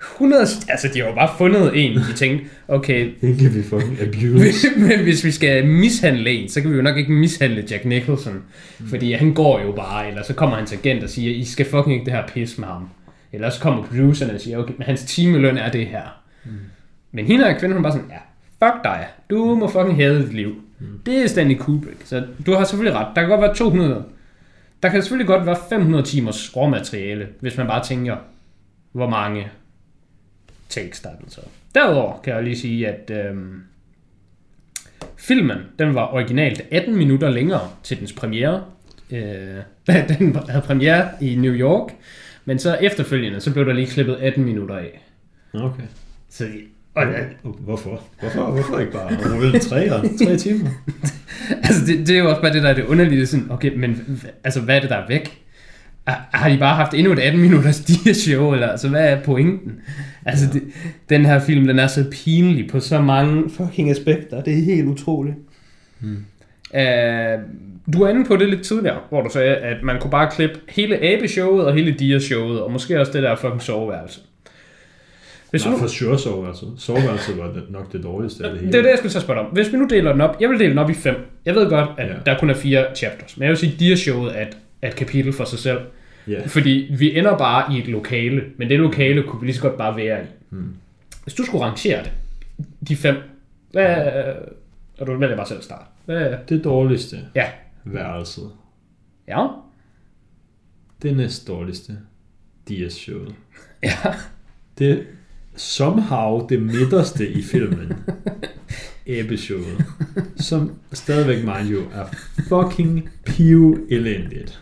hundrede, altså de har jo bare fundet en, de tænkte, okay,
den kan vi fucking abuse.
Men hvis vi skal mishandle en, så kan vi jo nok ikke mishandle Jack Nicholson, mm. fordi han går jo bare, eller så kommer hans agent og siger, I skal fucking ikke det her pis med ham. Eller så kommer producerne og siger, okay, men hans timeløn er det her. Mm. Men hende og kvinden, hun bare sådan, ja, fuck dig, du må fucking hæve dit liv. Mm. Det er Stanley Kubrick, så du har selvfølgelig ret. Der kan godt være to hundrede, der kan selvfølgelig godt være fem hundrede timers råmateriale, hvis man bare tænker, hvor mange takes der er blevet taget. Derudover kan jeg lige sige, at øhm, filmen, den var originalt atten minutter længere til dens premiere. Øh, den havde premiere i New York, men så efterfølgende, så blev der lige klippet atten minutter af.
Okay.
Så, og,
hvorfor? Hvorfor? Hvorfor ikke bare rulle tre, tre timer?
altså, det, det er jo også bare det, der er det underlige. Sådan, okay, men altså, hvad er det, der er væk? Har de bare haft endnu et atten minutters dia-show, eller altså, hvad er pointen? Altså, ja. det, den her film, den er så pinlig på så mange fucking aspekter. Det er helt utroligt. Hmm. Uh, du er inde på det lidt tidligere, hvor du sagde, at man kunne bare klippe hele abeshowet og hele dia-showet, og måske også det der fucking soveværelse.
Hvis Nej, nu... for sure soveværelset. Soveværelset var det nok det dårligste af det hele. Det
er det, jeg skulle så spørge om. Hvis vi nu deler den op, jeg vil dele den op i fem. Jeg ved godt, at ja. der kun er fire chapters, men jeg vil sige, at dia-showet er et, et kapitel for sig selv. Yeah. Fordi vi ender bare i et lokale, men det lokale kunne vi lige så godt bare være i. Hmm. Hvis du skulle rangere det, de fem, hvad, og du vælger bare selv starte. Hvad,
det dårligste
ja.
værelset.
Ja.
Det næst dårligste, dia-showet.
Ja.
Det somehow det midterste i filmen, abeshowet, som stadigvæk, mind you, er fucking piv elendigt.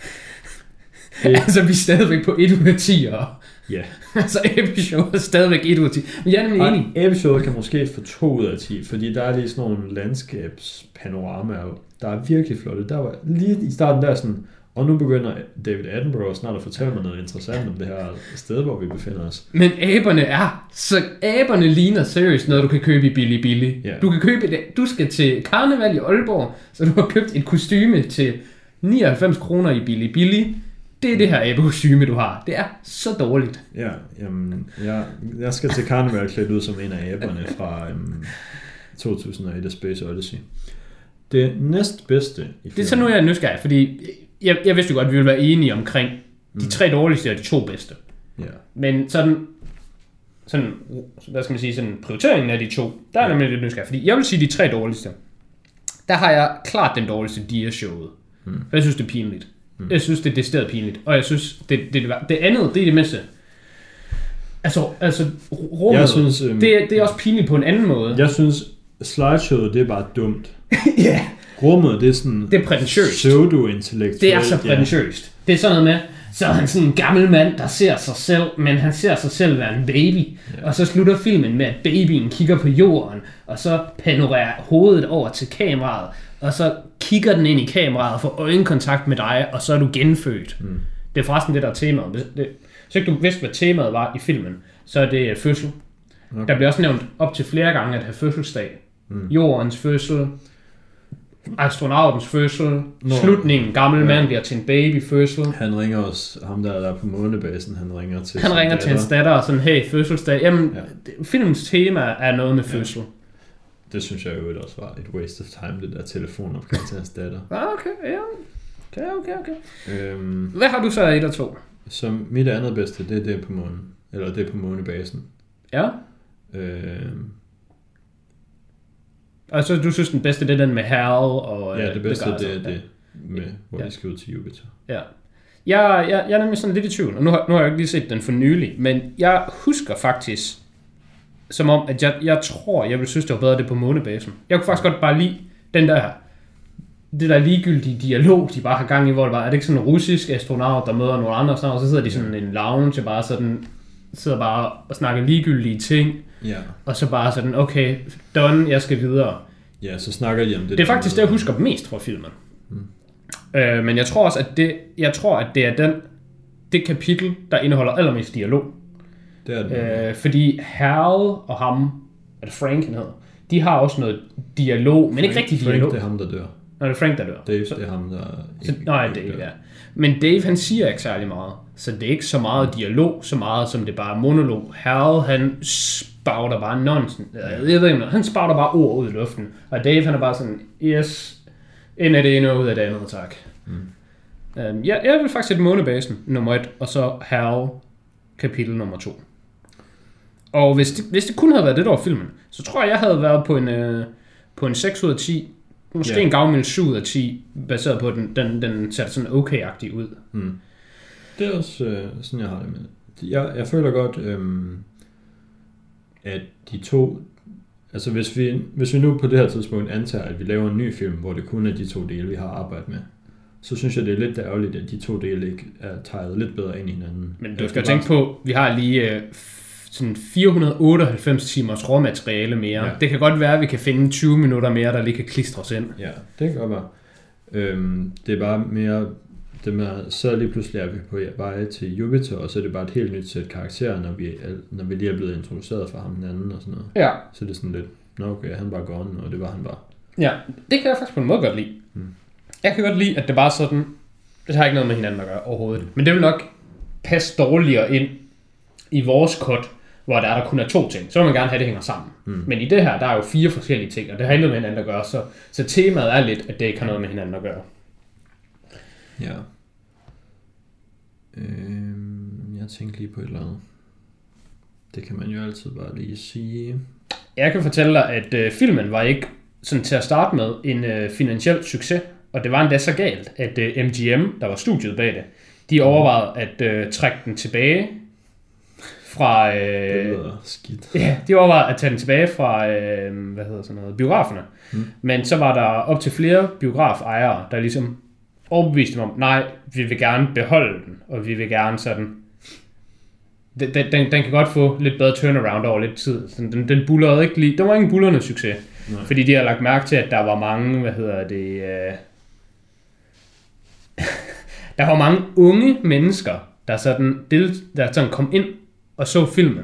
Det... Altså, vi er stadigvæk på et ud af ti.
Ja. Yeah.
Altså, abeshowet er stadigvæk et ud af ti. Men jeg er nemlig enig.
Abeshowet kan måske få to ud af ti, fordi der er lige sådan nogle landskabspanoramaer, der er virkelig flotte. Der var lige i starten der sådan, og nu begynder David Attenborough snart at fortælle mig noget interessant om det her sted, hvor vi befinder os.
Men aberne er, så aberne ligner seriøst noget, du kan købe i Billy Billy. Yeah. Du kan købe det, du skal til karneval i Aalborg, så du har købt et kostyme til nioghalvfems kroner i Billy Billy. Det er det her abekostyme, du har. Det er så dårligt.
Ja, jamen, jeg, jeg skal til karneval klædt ud som en af aberne fra um, to tusind og et A Space Odyssey. Det næstbedste i filmen.
Det er så nu, jeg er nysgerrig, fordi jeg, jeg vidste jo godt, at vi ville være enige omkring de mm. tre dårligste og de to bedste.
Ja.
Men sådan, sådan, hvad skal man sige, sådan prioriteringen af de to, der er ja. nemlig lidt nysgerrig. Fordi jeg vil sige de tre dårligste. Der har jeg klart den dårligste dia-showet. Mm. For jeg synes, det er pinligt. Mm. Jeg synes, det er decideret pinligt. Og jeg synes, det, det, det, det andet, det er det mindste. Altså, altså rummet, jeg synes, øhm, det, det er også pinligt på en anden måde.
Jeg synes, slideshowet, det er bare dumt.
Ja. yeah.
Rummet, det er sådan...
Det er prætentiøst.
Pseudo-intellektuelt.
Det er så prætentiøst. Ja. Det er sådan noget med, så er han sådan en gammel mand, der ser sig selv, men han ser sig selv være en baby. Ja. Og så slutter filmen med, at babyen kigger på jorden, og så panorerer hovedet over til kameraet, og så kigger den ind i kameraet og får øjenkontakt med dig, og så er du genfødt. Mm. Det er forresten det, der er temaet. Det, så ikke du vidste, hvad temaet var i filmen, så er det fødsel. Okay. Der bliver også nævnt op til flere gange at have fødselsdag. Mm. Jordens fødsel, astronautens fødsel, Nå. slutningen, gammel ja. mand bliver til en baby fødsel.
Han ringer også, ham der er der på månebasen, han ringer til
Han ringer datter. til hans datter og sådan, hey, fødselsdag. Jamen, ja. filmens tema er noget med fødsel. Ja.
Det synes jeg jo også var et waste of time, det der telefonopkald til hans datter.
Ah, okay, ja. Okay, okay, okay. Øhm, Hvad har du så af et og to?
Som mit andet bedste, det er det på månen. Eller det er på månebasen.
Ja.
Øhm,
altså, du synes den bedste, det er den med Hal og...
Ja, det bedste, det er det, med, hvor ja. de skal ud til Jupiter.
Ja. Jeg, jeg, jeg er nemlig sådan lidt i tvivl, og nu har, nu har jeg ikke lige set den for nylig, men jeg husker faktisk, som om, at jeg, jeg tror, jeg ville synes, det var bedre det på månebasen. Jeg kunne faktisk godt bare lide den der, det der ligegyldige dialog, de bare har gang i, hvor det bare, er det ikke sådan en russisk astronaut, der møder nogle andre astronauter, og så sidder de sådan i en lounge, og bare sådan, sidder bare og snakker ligegyldige ting,
ja.
og så bare sådan, okay, done, jeg skal videre.
Ja, så snakker de om det.
Det er faktisk det, jeg husker mest fra filmen. Hmm. Øh, men jeg tror også, at det, jeg tror, at det er den, det kapitel, der indeholder allermest dialog.
Det er det.
Øh, fordi Hal og ham, er det Frank, han hedder, de har også noget dialog, men
Frank,
ikke rigtig
Frank,
dialog.
det er ham, der dør.
Nå, det er Frank, der dør.
Dave,
så,
det er ham, der
så, nej, Dave, dør. Ja. Men Dave, han siger ikke særlig meget. Så det er ikke så meget dialog, så meget som det bare er monolog. Harold, han spagter bare nonsens. Jeg ved ikke, han spagter bare ord ud i luften. Og Dave, han er bare sådan, yes, ind af det ene og ud af det andet, tak. Mm. Um, ja, jeg vil faktisk sætte Månebasen nummer et, og så Harold kapitel nummer to. Og hvis det, hvis det kun havde været det, der var filmen, så tror jeg, jeg havde været på en, øh, på en seks ud af ti. Måske yeah. en gavmild syv ud af ti, baseret på, at den, den, den ser sådan okay-agtig ud. Mm.
Det er også øh, sådan, jeg har det med. Jeg, jeg føler godt, øhm, at de to... Altså hvis vi, hvis vi nu på det her tidspunkt antager, at vi laver en ny film, hvor det kun er de to dele, vi har arbejdet med, så synes jeg, det er lidt ærgerligt, at de to dele ikke er teget lidt bedre ind i hinanden.
Men du skal tænke på, vi har lige øh, sådan fire hundrede og otteoghalvfems timers råmateriale mere. Ja. Det kan godt være, at vi kan finde tyve minutter mere, der lige kan klistres ind.
Ja, det kan godt være. Øhm, det er bare mere... Det med, så lige pludselig er vi på vej til Jupiter, og så er det bare et helt nyt sæt karakterer, når vi, når vi lige er blevet introduceret for ham den anden og sådan noget.
Ja.
Så det er sådan lidt, nå okay, han var gone, og det var han bare.
Ja, det kan jeg faktisk på en måde godt lide. Hmm. Jeg kan godt lide, at det bare sådan, det har ikke noget med hinanden at gøre overhovedet. Men det vil nok passe dårligere ind i vores cut, hvor der er der kun er to ting. Så vil man gerne have, det hænger sammen. Hmm. Men i det her, der er jo fire forskellige ting, og det har ikke noget med hinanden at gøre, så, så temaet er lidt, at det ikke har noget med hinanden at gøre.
Ja. Øhm, jeg tænker lige på et eller andet. Det kan man jo altid bare lige sige.
Jeg kan fortælle dig, at øh, filmen var ikke sådan til at starte med en øh, finansiel succes, og det var endda så galt, at øh, M G M, der var studiet bag det, de overvejede at øh, trække den tilbage fra... Øh,
det lyder skidt.
Ja, de overvejede at tage den tilbage fra øh, hvad hedder sådan noget, biograferne. Hmm. Men så var der op til flere biografejere, der ligesom overbeviste dem om, nej, vi vil gerne beholde den, og vi vil gerne sådan... Den, den, den kan godt få lidt bedre turnaround over lidt tid. Den, den bullerede ikke lige... Den var ikke en bullerne succes. Nej. Fordi de har lagt mærke til, at der var mange, hvad hedder det... Øh... der var mange unge mennesker, der sådan, der sådan kom ind og så filmen.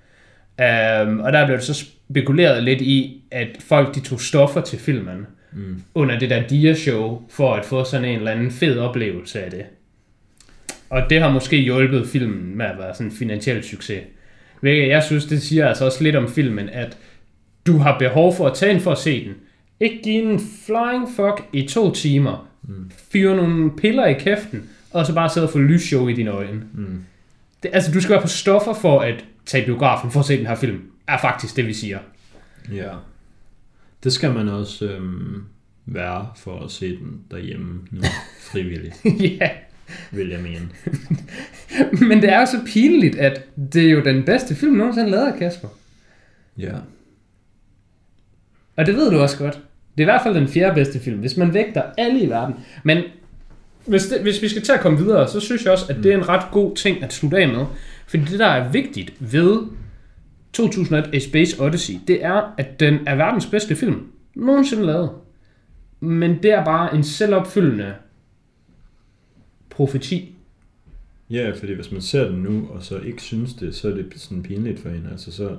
Um, og der blev det så spekuleret lidt i, at folk de tog stoffer til filmen. Mm. Under det der Dia-show, for at få sådan en eller anden fed oplevelse af det. Og det har måske hjulpet filmen med at være sådan en finansiel succes. Hvilket jeg synes, det siger altså også lidt om filmen, at du har behov for at tage ind for at se den. Ikke give en flying fuck i to timer. Mm. Fyre nogle piller i kæften, og så bare sidde og få lysshow i dine øjne. Mm. Det, altså, du skal være på stoffer for at tage biografen for at se den her film. Er faktisk det, vi siger.
Ja. Det skal man også øhm, være for at se den derhjemme nu, frivilligt.
Ja.
Vil jeg mene.
Men det er jo så pinligt, at det er jo den bedste film nogensinde lavet, Kasper.
Ja.
Og det ved du også godt. Det er i hvert fald den fjerde bedste film, hvis man vægter alle i verden. Men hvis, det, hvis vi skal til at komme videre, så synes jeg også, at det er en ret god ting at slutte af med. Fordi det, der er vigtigt ved to tusind og et A Space Odyssey, det er, at den er verdens bedste film nogensinde lavet. Men det er bare en selvopfyldende profeti.
Ja, fordi hvis man ser den nu, og så ikke synes det, så er det sådan pinligt for en. Altså så...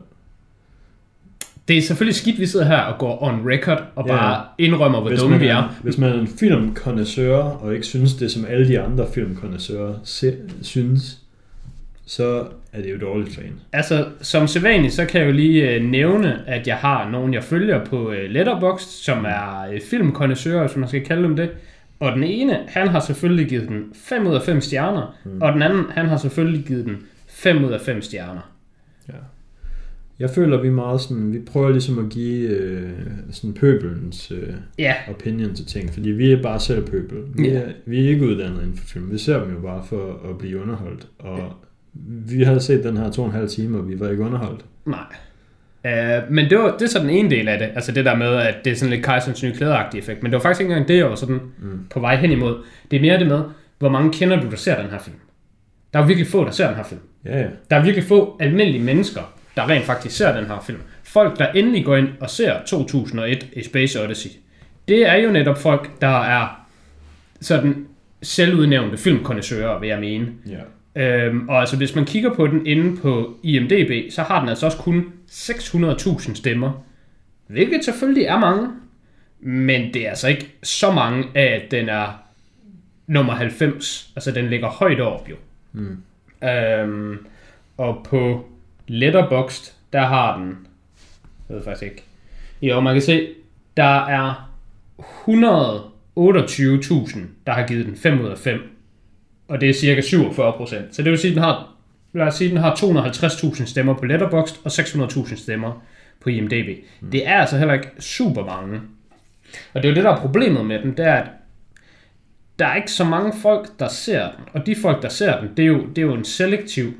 Det er selvfølgelig skidt, vi sidder her og går on record og ja. bare indrømmer, hvor dumme vi er.
Hvis man er en filmkondensør og ikke synes det, som alle de andre filmkondensører synes, så er det jo dårligt for en.
Altså, som sædvanligt, så kan jeg jo lige øh, nævne, at jeg har nogen, jeg følger på øh, Letterboxd, som er øh, filmkondensører, som man skal kalde dem det. Og den ene, han har selvfølgelig givet den fem ud af fem stjerner, mm. og den anden, han har selvfølgelig givet den fem ud af fem stjerner.
Ja. Jeg føler, vi er meget sådan, vi prøver ligesom at give øh, sådan pøbelens øh,
yeah.
opinion til ting, fordi vi er bare selv pøbel. Vi er, yeah. vi er ikke uddannet inden for film. Vi ser dem jo bare for at blive underholdt, og yeah. vi havde set den her to og en halv time, og vi var ikke underholdt.
Nej. Uh, men det, var, det er så den ene del af det, altså det der med, at det er sådan lidt Kejserens nye klæder-agtig effekt, men det var faktisk ikke engang det, jeg var sådan mm. på vej hen imod. Det er mere det med, hvor mange kender du, der ser den her film. Der er virkelig få, der ser den her film.
Ja, ja.
Der er virkelig få almindelige mennesker, der rent faktisk ser den her film. Folk, der endelig går ind og ser to tusind og et A Space Odyssey, det er jo netop folk, der er sådan selvudnævnte filmkondensører, vil jeg mene.
Ja.
Øhm, og altså hvis man kigger på den inde på I M D B, så har den altså også kun seks hundrede tusind stemmer, hvilket selvfølgelig er mange, men det er altså ikke så mange af, at den er nummer halvfems, altså den ligger højt op jo. Mm. Øhm, og på Letterboxd, der har den, jeg ved faktisk ikke, jo, man kan se, der er et hundrede og otteogtyve tusind, der har givet den fem ud af fem, og det er cirka syvogfyrre procent. Så det vil sige, at den har, lad os sige, den har to hundrede og halvtreds tusind stemmer på Letterboxd og seks hundrede tusind stemmer på I M D B. Mm. Det er altså heller ikke super mange. Og det er jo det, der er problemet med den, det er, at der er ikke så mange folk, der ser den. Og de folk, der ser den, det er jo, det er jo en selektiv.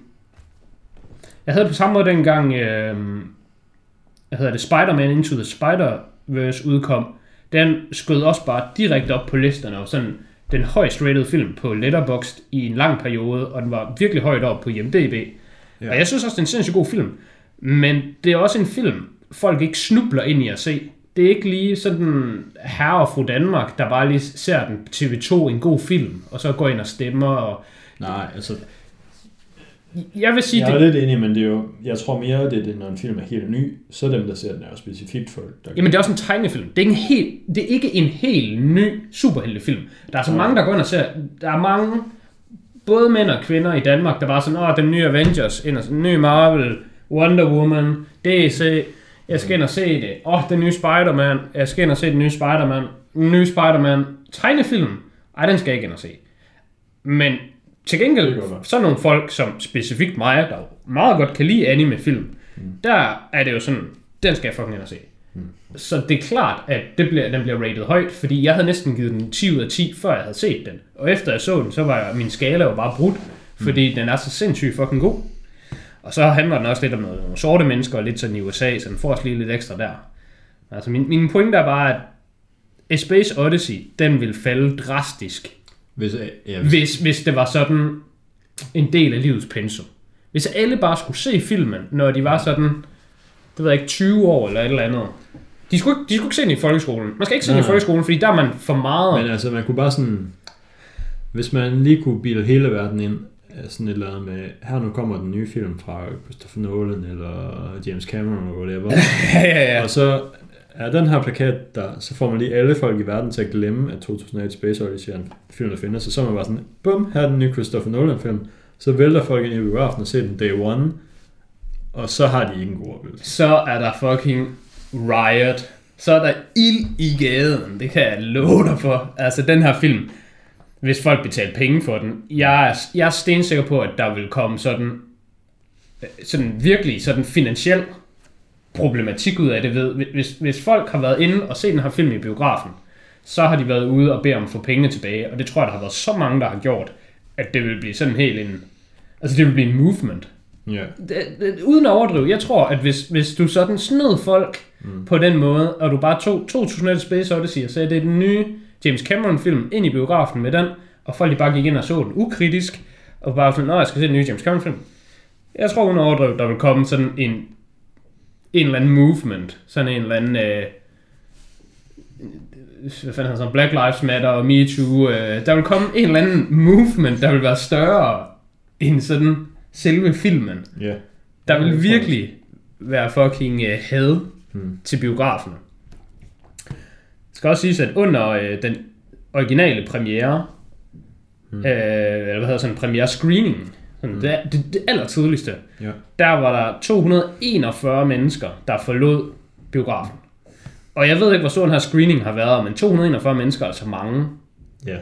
Jeg havde på samme måde dengang, øh, hvad hedder det, Spider-Man Into the Spider-Verse udkom. Den skød også bare direkte op på listerne, og sådan den højst rated film på Letterboxd i en lang periode, og den var virkelig højt op på I M D B. Ja. Og jeg synes også, det er en sindssygt god film. Men det er også en film, folk ikke snubler ind i at se. Det er ikke lige sådan herre og fru Danmark, der bare lige ser den T V to en god film, og så går ind og stemmer. Og
Nej, altså...
Jeg vil sige,
jeg er
det...
lidt enig, men det er jo, jeg tror mere, det er det, når en film er helt ny, så dem, der ser den, er jo specifikt folk. Der
Jamen, det er også en tegnefilm. Det er ikke en helt, det er ikke en helt ny superheltefilm. Der er så mange, der går ind og ser... Der er mange, både mænd og kvinder i Danmark, der bare sådan, åh, den nye Avengers, den nye Marvel, Wonder Woman, D C... Jeg skal ind og se det. Åh, oh, den nye Spider-Man. Jeg skal ind og se den nye Spider-Man. Den nye Spider-Man. Tegnefilm. Ej, den skal jeg ikke ind og se. Men til gengæld, så nogle folk, som specifikt mig, der meget godt kan lide anime-film, mm. der er det jo sådan, den skal jeg fucking ind og se. Mm. Så det er klart, at det bliver, den bliver rated højt, fordi jeg havde næsten givet den ti ud af ti, før jeg havde set den. Og efter jeg så den, så var jeg, min skala jo bare brudt, fordi mm. den er så sindssygt fucking god. Og så handler den også lidt om noget, nogle sorte mennesker, og lidt sådan i U S A, så den får også lige lidt ekstra der. Altså min, min pointe er bare, at A Space Odyssey, den vil falde drastisk,
hvis, ja, hvis...
Hvis, hvis det var sådan en del af livets pensum. Hvis alle bare skulle se filmen, når de var sådan, det ved jeg ikke, tyve år eller et eller andet. De skulle, de skulle ikke se den i folkeskolen. Man skal ikke se den i folkeskolen, fordi der er man for meget...
Men altså, man kunne bare sådan... Hvis man lige kunne bilde hele verden ind, sådan et eller andet med, her nu kommer den nye film fra Christopher Nolan eller James Cameron eller whatever.
ja, ja, ja.
Og så er den her plakat der, så får man lige alle folk i verden til at glemme, at to tusind og et Space Odyssey er en film, der findes. Så så er man bare sådan, bum, her er den nye Christopher Nolan film. Så vælter folk ind i biografen og ser den day one, og så har de ikke en god oplevelse.
Så er der fucking riot. Så er der ild i gaden. Det kan jeg love dig for. Altså den her film, hvis folk betaler penge for den, jeg er, jeg er stensikker på, at der vil komme sådan, sådan virkelig sådan finansiel problematik ud af det ved. Hvis, hvis folk har været inde og set den her film i biografen, så har de været ude og bede om at få pengene tilbage, og det tror jeg, der har været så mange, der har gjort, at det vil blive sådan helt en, altså det vil blive en movement.
Yeah.
Det, det, uden at overdrive, jeg tror, at hvis, hvis du sådan snød folk mm. på den måde, og du bare tog to tusind og et Space Odyssey og sagde, det er den nye James Cameron film ind i biografen med den, og folk de bare gik ind og så den ukritisk, og bare sådan, nå, jeg skal se den nye James Cameron film. Jeg tror uden at overdrive, der vil komme sådan en en eller anden movement, sådan en eller anden øh, hvad fanden sådan Black Lives Matter og Me Too, øh, der vil komme en eller anden movement, der vil være større end sådan selve filmen.
Yeah.
Der vil virkelig være fucking øh, had
hmm. til
biografen. Det skal også siges, at under øh, den originale premiere, hmm. øh, eller hvad hedder sådan, premiere screening, sådan, mm. det, det, det aller tidligste,
ja.
Der var der to hundrede og enogfyrre mennesker, der forlod biografen. Og jeg ved ikke, hvor stor den her screening har været, men to hundrede og enogfyrre mennesker er altså mange.
Ja.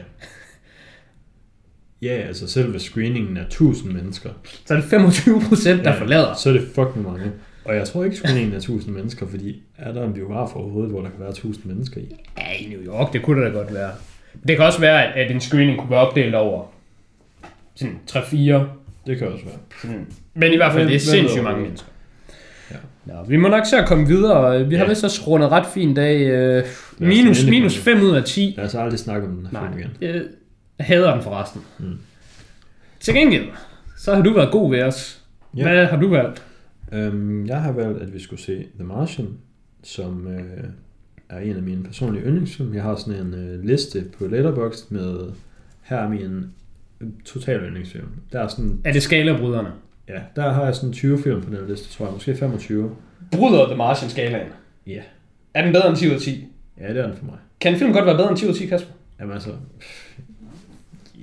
Ja, altså selve screeningen er tusind mennesker.
Så er det femogtyve procent, der ja, forlader.
Så er det fucking mange. Og jeg tror ikke, screeningen er tusind mennesker, fordi er der en biograf overhovedet, hvor der kan være tusind mennesker i?
Ja, i New York, det kunne det da godt være. Det kan også være, at en screening kunne være opdelt over sådan tre fire.
Det kan også være.
Sådan. Men i hvert fald, det er sindssygt mange mennesker. Ja. Nå, vi må nok se at komme videre. Vi har ja. vist også rundet ret fint af. Uh, minus, minus fem ud af ti.
Lad os aldrig snakke om den her film igen.
Jeg hader den forresten. Mm. Til gengæld, så har du været god ved os. Ja. Hvad har du valgt?
Um, jeg har valgt, at vi skulle se The Martian, som uh, er en af mine personlige yndlingsfilm. Jeg har sådan en uh, liste på Letterboxd med, her er min total yndlingsfilm. Der er sådan...
Er det skalabryderne?
Ja, der har jeg sådan tyve film på den liste, tror jeg. Måske femogtyve.
Bryder The Martian skalaen?
Ja. Yeah.
Er den bedre end ti ud af ti?
Ja, det er den for mig.
Kan en film godt være bedre end ti ud af ti, Kasper?
Jamen altså...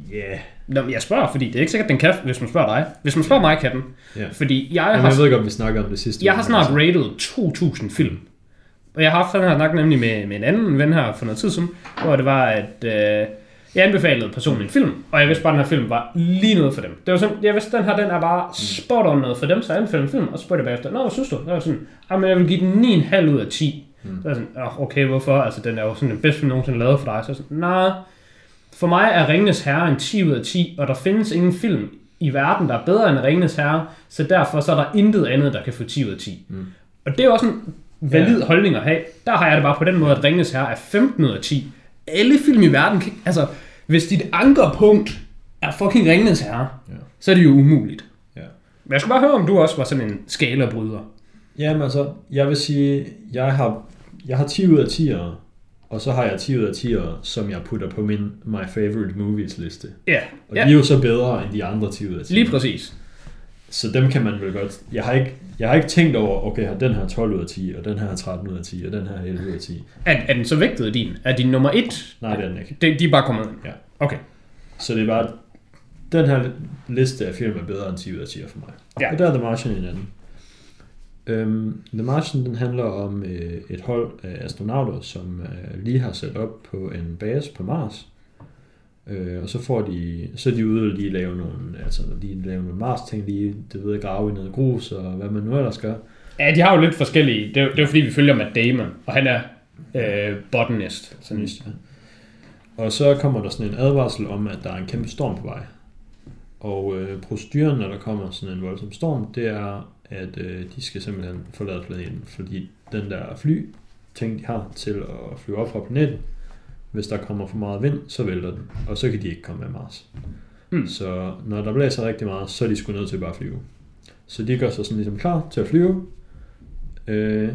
Yeah.
Nå, men jeg spørger, fordi det er ikke sikkert, den kan, hvis man spørger dig. Hvis man spørger mig, kan den.
Yeah.
Fordi jeg
Jamen,
har...
jeg ved godt, vi snakker om det sidste.
Jeg har snart rated to tusind film. Og jeg har haft den her snak nemlig med, med en anden ven her for noget tid siden, hvor det var, at øh, jeg anbefalede personen en film, og jeg vidste bare, at den her film var lige noget for dem. Det var sådan, jeg vidste, at den her den er bare spot on noget for dem, så jeg anbefalede en film, og så spurgte jeg bagefter, nå, hvad synes du? Så var sådan, men jeg vil give den ni komma fem ud af ti. Mm. Så er jeg sådan, okay, hvorfor? Altså, den er jo sådan den bedste film, nogensinde lavet for dig. Så er sådan, nej, for mig er Ringenes Herre en ti ud af ti, og der findes ingen film i verden, der er bedre end Ringenes Herre, så derfor så er der intet andet, der kan få ti ud af ti. Mm. Og det er også en valid ja. holdning at have. Der har jeg det bare på den måde, at Ringenes Herre er femten ud af ti. Alle film i verden kan, altså, hvis dit ankerpunkt er fucking Ringenes Herre, ja. så er det jo umuligt. Ja. Men jeg skal bare høre, om du også var sådan en skalabryder.
Jamen altså, jeg vil sige, jeg har, jeg har ti ud af ti'ere, og så har jeg ti ud af ti'ere, som jeg putter på min My Favorite Movies liste.
Ja.
Og
ja.
de er jo så bedre end de andre ti ud af ti.
Lige præcis.
Så dem kan man vel godt... Jeg har ikke, jeg har ikke tænkt over, okay, har den her tolv ud af ti, og den her tretten ud af ti, og den her elleve ud af ti.
Er, er den så vægtet din? Er din nummer et?
Nej, det er den ikke.
De, de er bare kommet ind?
Ja.
Okay.
Så det er bare... Den her liste af film er bedre end ti ud af ti for mig.
Ja.
Og der er The Martian en anden. Øhm, The Martian, den handler om øh, et hold af astronauter, som øh, lige har sat op på en base på Mars. Øh, og så får de, så er de ude og lige lave nogle, altså lige lave nogle Mars-ting, lige, det ved, grave i noget grus, og hvad man nu ellers gør.
Ja, de har jo lidt forskellige, det er, det er fordi, vi følger Matt Damon, og han er øh, botanist. Sådan.
Ja. Og så kommer der sådan en advarsel om, at der er en kæmpe storm på vej. Og øh, proceduren, når der kommer sådan en voldsom storm, det er, at øh, de skal simpelthen forlade planeten, fordi den der fly, ting de har til at flyve op fra planeten, hvis der kommer for meget vind, så vælter den, og så kan de ikke komme med Mars. Mm. Så når der blæser rigtig meget, så er de sgu nødt til bare at flyve. Så de gør sig sådan ligesom klar til at flyve. Øh,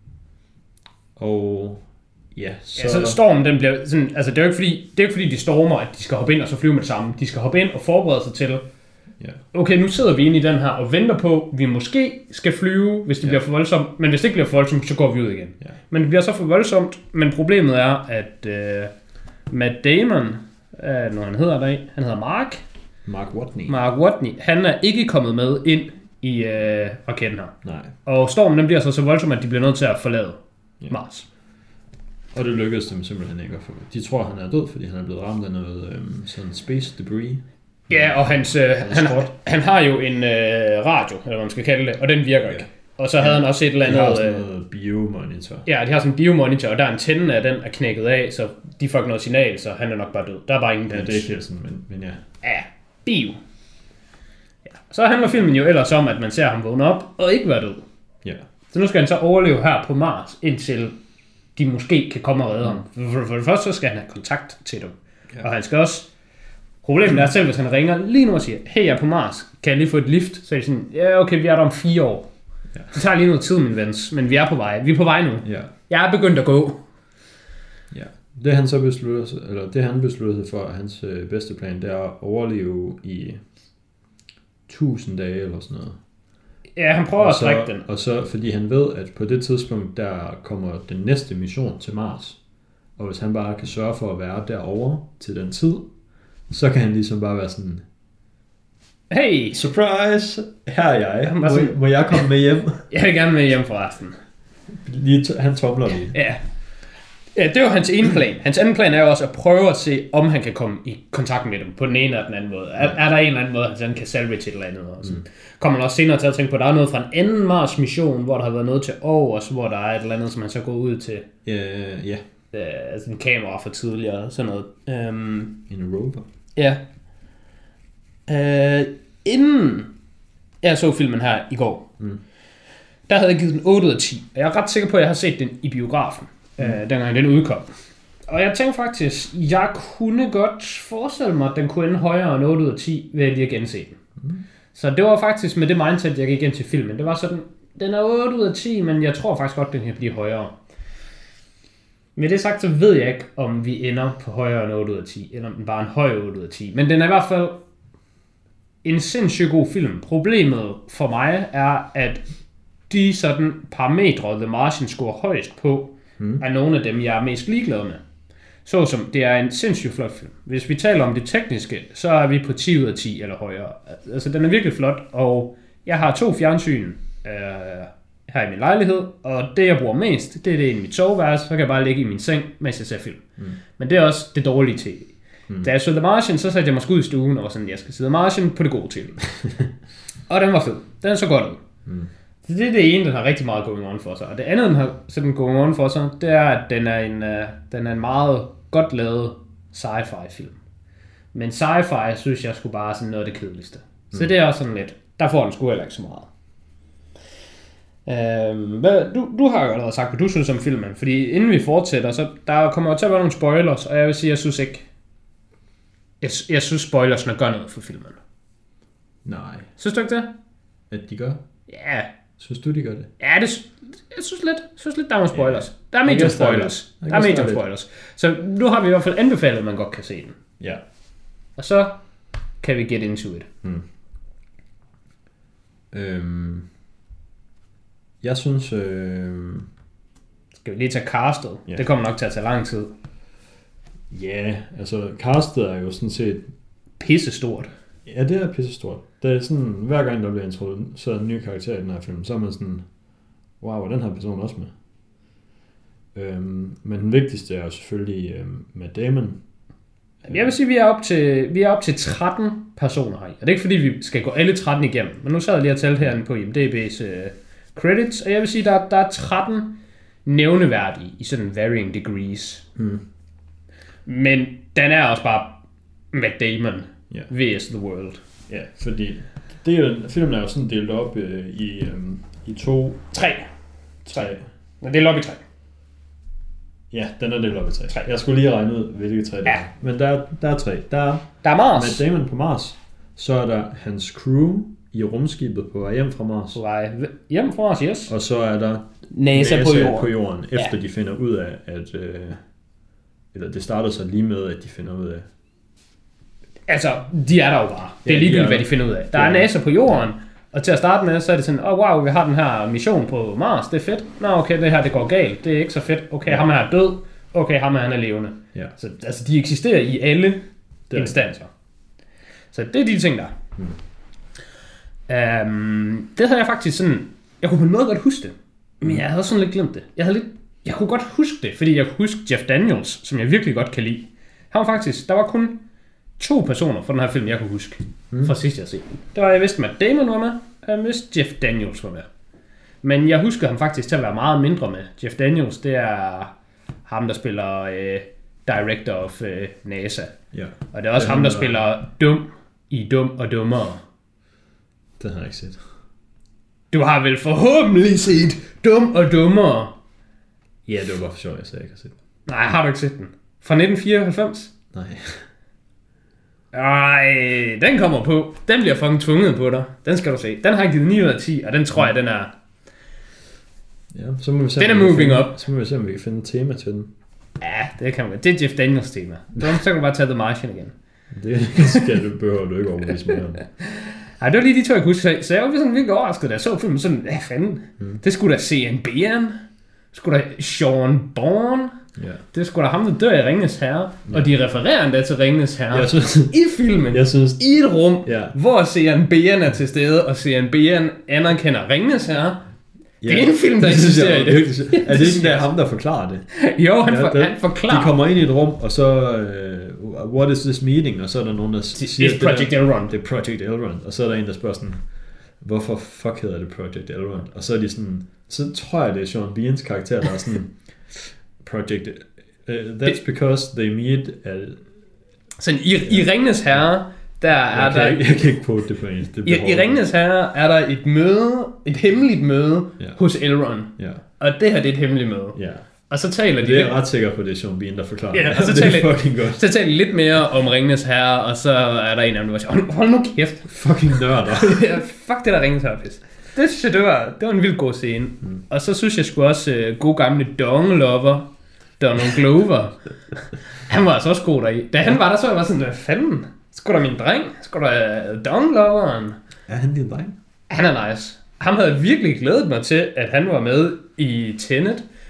og ja, så...
Ja, så stormen, den bliver sådan, altså det er jo ikke fordi, det er ikke fordi, de stormer, at de skal hoppe ind og så flyve med det samme. De skal hoppe ind og forberede sig til, ja. Okay, nu sidder vi inde i den her og venter på, vi måske skal flyve, hvis det ja. bliver for voldsomt, men hvis det ikke bliver for voldsomt, så går vi ud igen. Ja. Men det bliver så for voldsomt, men problemet er, at uh, Matt Damon, uh, når han hedder der, han hedder Mark.
Mark Watney.
Mark Watney, han er ikke kommet med ind i uh, raketten her.
Nej.
Og stormen, den bliver så så voldsom, at de bliver nødt til at forlade ja. Mars.
Og det lykkedes dem simpelthen ikke at få. De tror, han er død, fordi han er blevet ramt af noget øhm, sådan space debris.
Ja, og hans, øh, han, han har jo en øh, radio, eller hvad man skal kalde det, og den virker ja. ikke. Og så havde ja. han også et eller andet...
De har sådan noget biomonitor.
Ja, de har sådan en biomonitor, og der er antennen af den er knækket af, så de får ikke noget signal, så han er nok bare død. Der er bare ingen
ja, det er ikke helt sådan, men, men ja.
Ja, bio. Ja. Så handler filmen jo ellers om, at man ser ham vågne op og ikke være død.
Ja.
Så nu skal han så overleve her på Mars, indtil de måske kan komme og redde ham. For, for det første, så skal han have kontakt til dem. Ja. Og han skal også... Problemet er selv, hvis han ringer lige nu og siger, hey, jeg er på Mars, kan jeg lige få et lift? Så er de sådan, ja, okay, vi er der om fire år. Ja. Det tager lige noget tid, min ven, men vi er på vej. Vi er på vej nu.
Ja.
Jeg er begyndt at gå.
Ja. Det han så besluttede, eller det han besluttede for, at hans øh, bedste plan, det er at overleve i tusind dage eller sådan noget.
Ja, han prøver
og
at
så,
trække den.
Og så, fordi han ved, at på det tidspunkt, der kommer den næste mission til Mars. Og hvis han bare kan sørge for at være derovre til den tid, så kan han ligesom bare være sådan,
hey,
surprise, her er jeg, må, må jeg komme med hjem?
Jeg vil gerne med hjem forresten.
Lige to, han tomler lige.
Ja. Ja, det er jo hans ene plan. Hans anden plan er jo også at prøve at se, om han kan komme i kontakt med dem på den ene eller den anden måde. Er, er der en eller anden måde, at han kan salvage til et eller andet? Og sådan. Mm. Kommer man også senere til at tænke på, at der er noget fra en anden Mars-mission, hvor der har været noget til overs, hvor der er et eller andet, som han så går ud til.
Ja, uh, ja.
Uh, altså en kamera for tidligere og sådan noget. Um,
en rover.
Ja. Uh, inden jeg så filmen her i går, mm. der havde jeg givet den otte ud af ti. Og jeg er ret sikker på, at jeg har set den i biografen, mm. uh, dengang den udkom. Og jeg tænkte faktisk, jeg kunne godt forestille mig, at den kunne ende højere end otte ud af ti, ved at lige at gense den. Mm. Så det var faktisk med det mindset, jeg gik ind til filmen. Det var sådan, den er otte ud af ti, men jeg tror faktisk godt, den kan blive højere. Med det sagt, så ved jeg ikke, om vi ender på højere end otte ud af ti, eller om den bare er en høj otte ud af ti. Men den er i hvert fald en sindssygt god film. Problemet for mig er, at de sådan parametre, The Martian scorer højst på, mm. er nogle af dem, jeg er mest ligeglad med. Så som det er en sindssygt flot film. Hvis vi taler om det tekniske, så er vi på ti ud af ti eller højere. Altså, den er virkelig flot, og jeg har to fjernsyn øh, her i min lejlighed, og det, jeg bruger mest, det er det i mit soveværelse, så kan jeg bare ligge i min seng, mens jeg ser film. Mm. Men det er også det dårlige tv. Mm. Da jeg så The Martian, så satte jeg mig sgu ud i stuen, og var sådan, jeg skal sidde Martian på det gode tv. Og den var fed. Den så godt ud. Mm. Det er det ene, den har rigtig meget going on for sig. Og det andet, den har sådan going on for sig, det er, at den er en, uh, den er en meget godt lavet sci-fi film. Men sci-fi, synes jeg, skulle bare sådan noget af det kedeligste. Mm. Så det er også sådan lidt, der får den sgu heller ikke så meget. Øhm, hvad, du, du har jo allerede sagt, hvad du synes om filmen. Fordi inden vi fortsætter, så der kommer jo til at være nogle spoilers, og jeg vil sige, jeg synes ikke, jeg, jeg synes spoilersne gør noget for filmen.
Nej.
Synes du ikke det?
At de gør?
Ja.
Synes du, de gør det?
Ja, det, jeg synes lidt, jeg synes lidt, der er nogle spoilers. Der er medium spoilers. Der er medium spoilers. Så nu har vi i hvert fald anbefalet, at man godt kan se den.
Ja.
Og så kan vi get into it.
Hmm. Øhm. Jeg synes... Øh...
Skal vi lige tage castet? Ja. Det kommer nok til at tage lang tid.
Ja, altså castet er jo sådan set...
Pisse stort.
Ja, det er pisse stort. Det er sådan, hver gang der bliver introduceret en ny karakter i den her film, så er man sådan, wow, er den her person også med? Øhm, men den vigtigste er jo selvfølgelig øhm, Matt Damon.
Jeg vil sige, at vi er op til, vi er op til tretten personer her. Og det er ikke fordi, vi skal gå alle tretten igennem. Men nu sad jeg lige og talte herinde på I M D B's uh, credits, og jeg vil sige, at der, der er tretten nævneværdige i sådan varying degrees. Hmm. Men den er også bare Matt Damon. Yeah. V S The World.
Ja, fordi det er jo, filmen er jo sådan delt op øh, i, øh, i to...
Tre.
Tre.
Den er delt op i tre.
Ja, den er delt op i tre. tre. Jeg skulle lige regne ud, hvilke tre det
ja.
er. Men der, der er tre. Der er,
der er Mars.
Matt Damon på Mars. Så er der hans crew i rumskibet på vej hjem fra Mars.
På vej hjem fra Mars, yes.
Og så er der
NASA, NASA på jorden,
på jorden efter ja. de finder ud af, at... Øh, eller det starter så lige med, at de finder ud af...
Altså, de er der jo bare. Det er ligegyldigt, ja, hvad de finder ud af. Der er NASA på jorden, og til at starte med, så er det sådan, åh oh, wow, vi har den her mission på Mars, det er fedt. Nå okay, det her det går galt, det er ikke så fedt. Okay, ja. ham er her død, okay, ham er han er levende. Ja. Så altså, de eksisterer i alle det instanser. Så det er de ting, der hmm. um, det havde jeg faktisk sådan, jeg kunne på noget godt huske det, men jeg havde sådan lidt glemt det. Jeg, havde lidt, jeg kunne godt huske det, fordi jeg kunne huske Jeff Daniels, som jeg virkelig godt kan lide. Han var faktisk, der var kun to personer fra den her film, jeg kunne huske, mm. fra sidst jeg set den. Det var, jeg vidste, at Matt Damon var med, og jeg vidste, Jeff Daniels var med. Men jeg husker ham faktisk til at være meget mindre med. Jeff Daniels, det er ham, der spiller øh, Director of øh, NASA. Ja. Og det er også det ham, der spiller Dum i Dum og Dummere.
Det har jeg ikke set.
Du har vel forhåbentlig set Dum og Dummere?
Ja, det var bare for sjovt, jeg sagde, jeg ikke har set den.
Nej, har du ikke set den? Fra nitten fireoghalvfems?
Nej.
Ej, den kommer på. Den bliver fucking tvunget på dig. Den skal du se. Den har givet ni ud af ti, og den tror jeg, den er...
Ja, så må vi se,
den er moving
finde,
up.
Så må vi se, om vi kan finde et tema til den.
Ja, det kan man. Det er Jeff Daniels tema. Så kan du bare tage The Martian igen.
Det skal du, behøver du ikke overbevise mig om.
Ej, det var lige de to, jeg kunne huske. Så jeg var sådan virkelig overrasket, da jeg så filmen. Sådan, hvad fanden? Hmm. Det skulle da C N B'en. Det skulle da Sean Bourne. Ja. Det er sgu da ham, der dør i Ringenes Herre, ja. Og de refererer endda til Ringenes Herre jeg synes, i filmen, jeg synes, i et rum, ja. Hvor C N B'en er til stede, og C N B'en anerkender Ringenes Herre. Ja. Det er en film, der eksisterer i det.
det. Er det ikke der ham, der forklarer det?
Jo, han,
ja,
for,
der,
han forklarer.
De kommer ind i et rum, og så, uh, what is this meeting? Og så er der nogen, der siger,
det er Project Elrond.
Det er Project Elrond. Og så er der en, der spørger sådan, hvorfor fuck hedder det Project Elrond? Og så er de sådan, så tror jeg, det er Sean Beans karakter, der er sådan, Project Uh, that's because they meet at...
Sådan i, i Ringenes Herre, der er
jeg
der...
Ikke, jeg kan ikke quote det på engelsk.
I, I Ringenes Herre er der et møde, et hemmeligt møde yeah. hos Elrond.
Yeah.
Og det her det er et hemmeligt møde.
Yeah.
Og så taler de...
Det er jeg ret sikker på, det er Sean Bean, der forklarer
ja,
det.
Og så
det
taler,
er fucking godt.
Så taler de lidt mere om Ringenes Herre, og så er der en af dem, der siger, hold nu kæft.
Fucking nørder.
ja, fuck det der Ringenes Herre pis. Det synes jeg, det var, det var en vild god scene. Mm. Og så synes jeg sgu også, uh, god gamle Dong Lover, Donald Glover. Han var altså også god deri. Da han var der, så jeg var sådan, hvad fanden? Skulle der min dreng? Skulle der Donald Loveren?
Er han din dreng?
Han er nice. Han havde virkelig glædet mig til, at han var med i Tenet.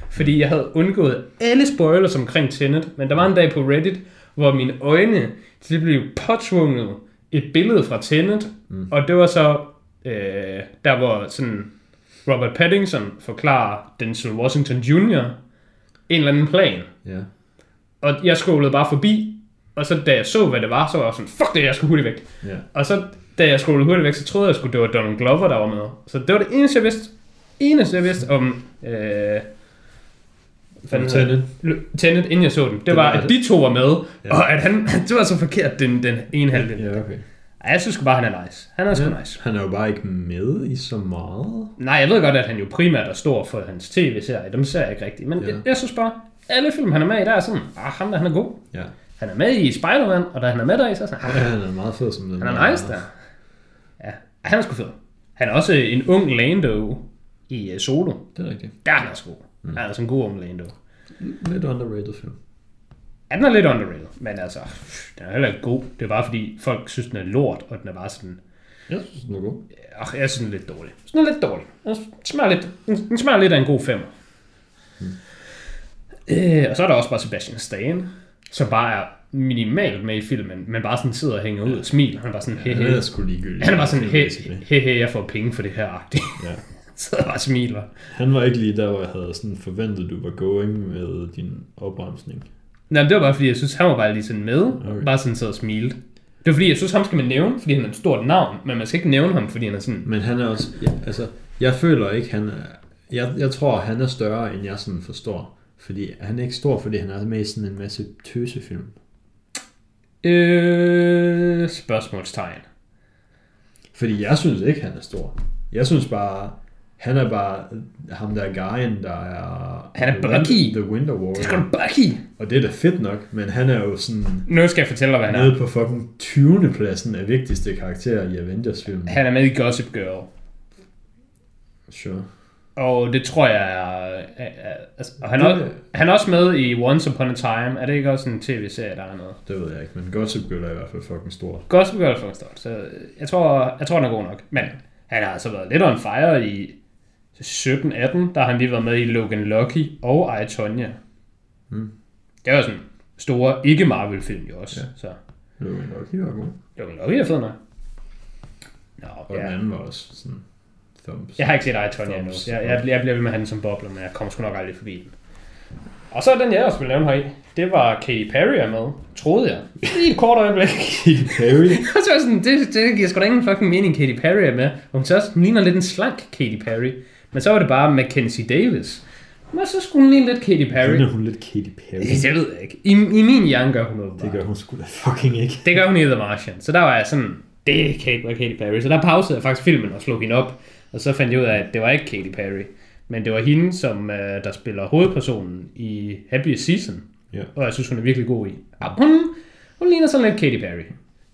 fordi jeg havde undgået alle spoilers omkring Tenet, men der var en dag på Reddit, hvor mine øjne, de blev påtvunget et billede fra Tenet, mm. og det var så, øh, der hvor sådan Robert Pattinson forklarer Denzel Washington junior en eller anden plan.
Yeah.
Og jeg scrollede bare forbi, og så da jeg så, hvad det var, så var jeg sådan, fuck det, jeg skulle hurtigt væk.
Yeah.
Og så da jeg scrollede hurtigt væk, så troede jeg, at det var Donald Glover, der var med. Så det var det eneste, jeg vidste, eneste, jeg vidste om øh,
Tenet.
Tenet, inden jeg så den. Det, det var, at de to var med, ja. Og at han, det var så forkert, den, den ene halvdel.
Ja, okay.
Jeg synes bare, han er nice. Han er sgu
ja,
nice.
Han er jo bare ikke med i så meget.
Nej, jeg ved godt, at han jo primært er stor for hans tv-serier. Dem ser jeg ikke rigtigt. Men ja. jeg, jeg synes bare, alle film, han er med i, der er sådan, ah, ham der, han er god.
Ja.
Han er med i Spider-Man, og da han er med der i, så er sådan, ah,
ja, han er meget fed som den.
Han er nice der. Ja, han er sgu fed. Han er også en ung Lando i uh, Solo.
Det er rigtigt.
Der er han også god. Mm. Han er også en god ung Lando.
Lidt underrated film.
Ja, den er lidt underrated, men altså, den er heller ikke god. Det er bare fordi, folk synes, den er lort, og den er bare sådan...
Jeg synes, den er god.
Ach, jeg synes, den er lidt dårlig. Den er lidt dårlig. Den smager lidt, den smager lidt af en god femmer. Hmm. Øh, og så er der også bare Sebastian Stan, som bare er minimalt med i filmen, men bare sådan sidder og hænger ud og smiler. Han er bare sådan, he, he.
Han er sgu ligegyldig.
Han er bare sådan, he, he, he, jeg får penge for det her agtigt. Ja. Så jeg bare smiler.
Han var ikke lige der, hvor jeg havde sådan forventet, du var going med din opbremsning.
Nej, det var bare fordi, jeg synes, han var bare lige sådan med. Okay. Bare sådan så og smilte. Det var fordi, jeg synes, ham skal man nævne, fordi han er et stort navn, men man skal ikke nævne ham, fordi han er sådan...
Men han er også... Ja, altså, jeg føler ikke, han er... Jeg, jeg tror, han er større, end jeg sådan forstår. Fordi han er ikke stor, fordi han er med i sådan en masse tøsefilm.
Øh... Spørgsmålstegn.
Fordi jeg synes ikke, han er stor. Jeg synes bare... Han er bare ham der guyen, der er...
Han er Bucky.
The Winter Warrior.
Det er sgu da Bucky.
Og det er da fedt nok, men han er jo sådan...
Nu skal jeg fortælle dig, hvad han er.
Nede på fucking tyvende pladsen af vigtigste karakterer i Avengers-filmen.
Han er med i Gossip Girl.
Sure.
Og det tror jeg er... er, er altså, og han, er, det, han er også med i Once Upon a Time. Er det ikke også en tv-serie, der er noget?
Det ved jeg ikke, men Gossip Girl er i hvert fald fucking stor.
Gossip Girl er fucking stort, så jeg tror, jeg tror, han er god nok. Men han har altså været lidt on fire i sytten atten, der har han lige været med i Logan Lucky og I, Tonya. Hmm. Det var sådan store ikke-Marvel-film jo også. Ja. Så.
Logan Lucky var god.
Logan Lucky er fed nok. Nå,
og ja. Den anden var også sådan thumbs.
Jeg har ikke set I, Tonya endnu. Jeg, jeg, jeg bliver ved med at have den som bobler, men jeg kommer sgu nok aldrig forbi den. Og så den, jeg også ville nævne her i, det var Katy Perry er med, troede jeg. I et kort øjeblik.
Katy Perry?
Og så var sådan, det, det giver sgu da ingen fucking mening, Katy Perry er med. Og hun, så også, hun ligner lidt en slank Katy Perry. Men så var det bare Mackenzie Davis. Men så skulle hun ligne lidt Katy Perry.
Ligner hun lidt Katy Perry?
Det ved jeg ikke. I, i min hjerne gør hun noget bare.
Det gør hun sgu da fucking ikke.
Det gør hun i The Martian. Så der var jeg sådan, det kan ikke være Katy Perry. Så der pausede jeg faktisk filmen og slog hende op. Og så fandt jeg ud af, at det var ikke Katy Perry. Men det var hende, som øh, der spiller hovedpersonen i Happiest Season.
Ja.
Og jeg synes, hun er virkelig god i. Ja, hun, hun ligner sådan lidt Katy Perry.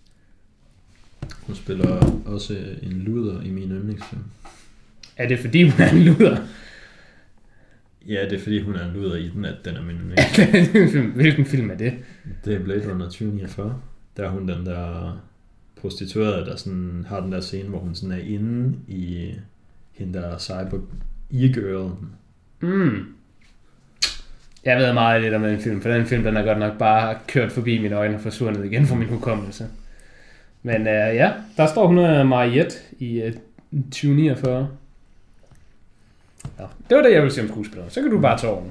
Hun spiller også en luder i min yndlingsfilm.
Er det fordi, hun er en luder?
Ja, det er fordi, hun er en luder i den, at den er min yndlingsfilm.
Hvilken film er det?
Det er Blade Runner tyve niogfyrre. Der er hun den der prostituerede, der sådan har den der scene, hvor hun sådan er inde i hende der cyber e-girl.
Mm. Jeg ved meget lidt om den film, for den film, den er godt nok bare kørt forbi mine øjne og forsvundet igen fra min hukommelse. Men uh, ja, der står hun uh, Mariette i uh, tyve niogfyrre. Ja, det var det, jeg ville sige om skuespillere. Så kan du bare tage over.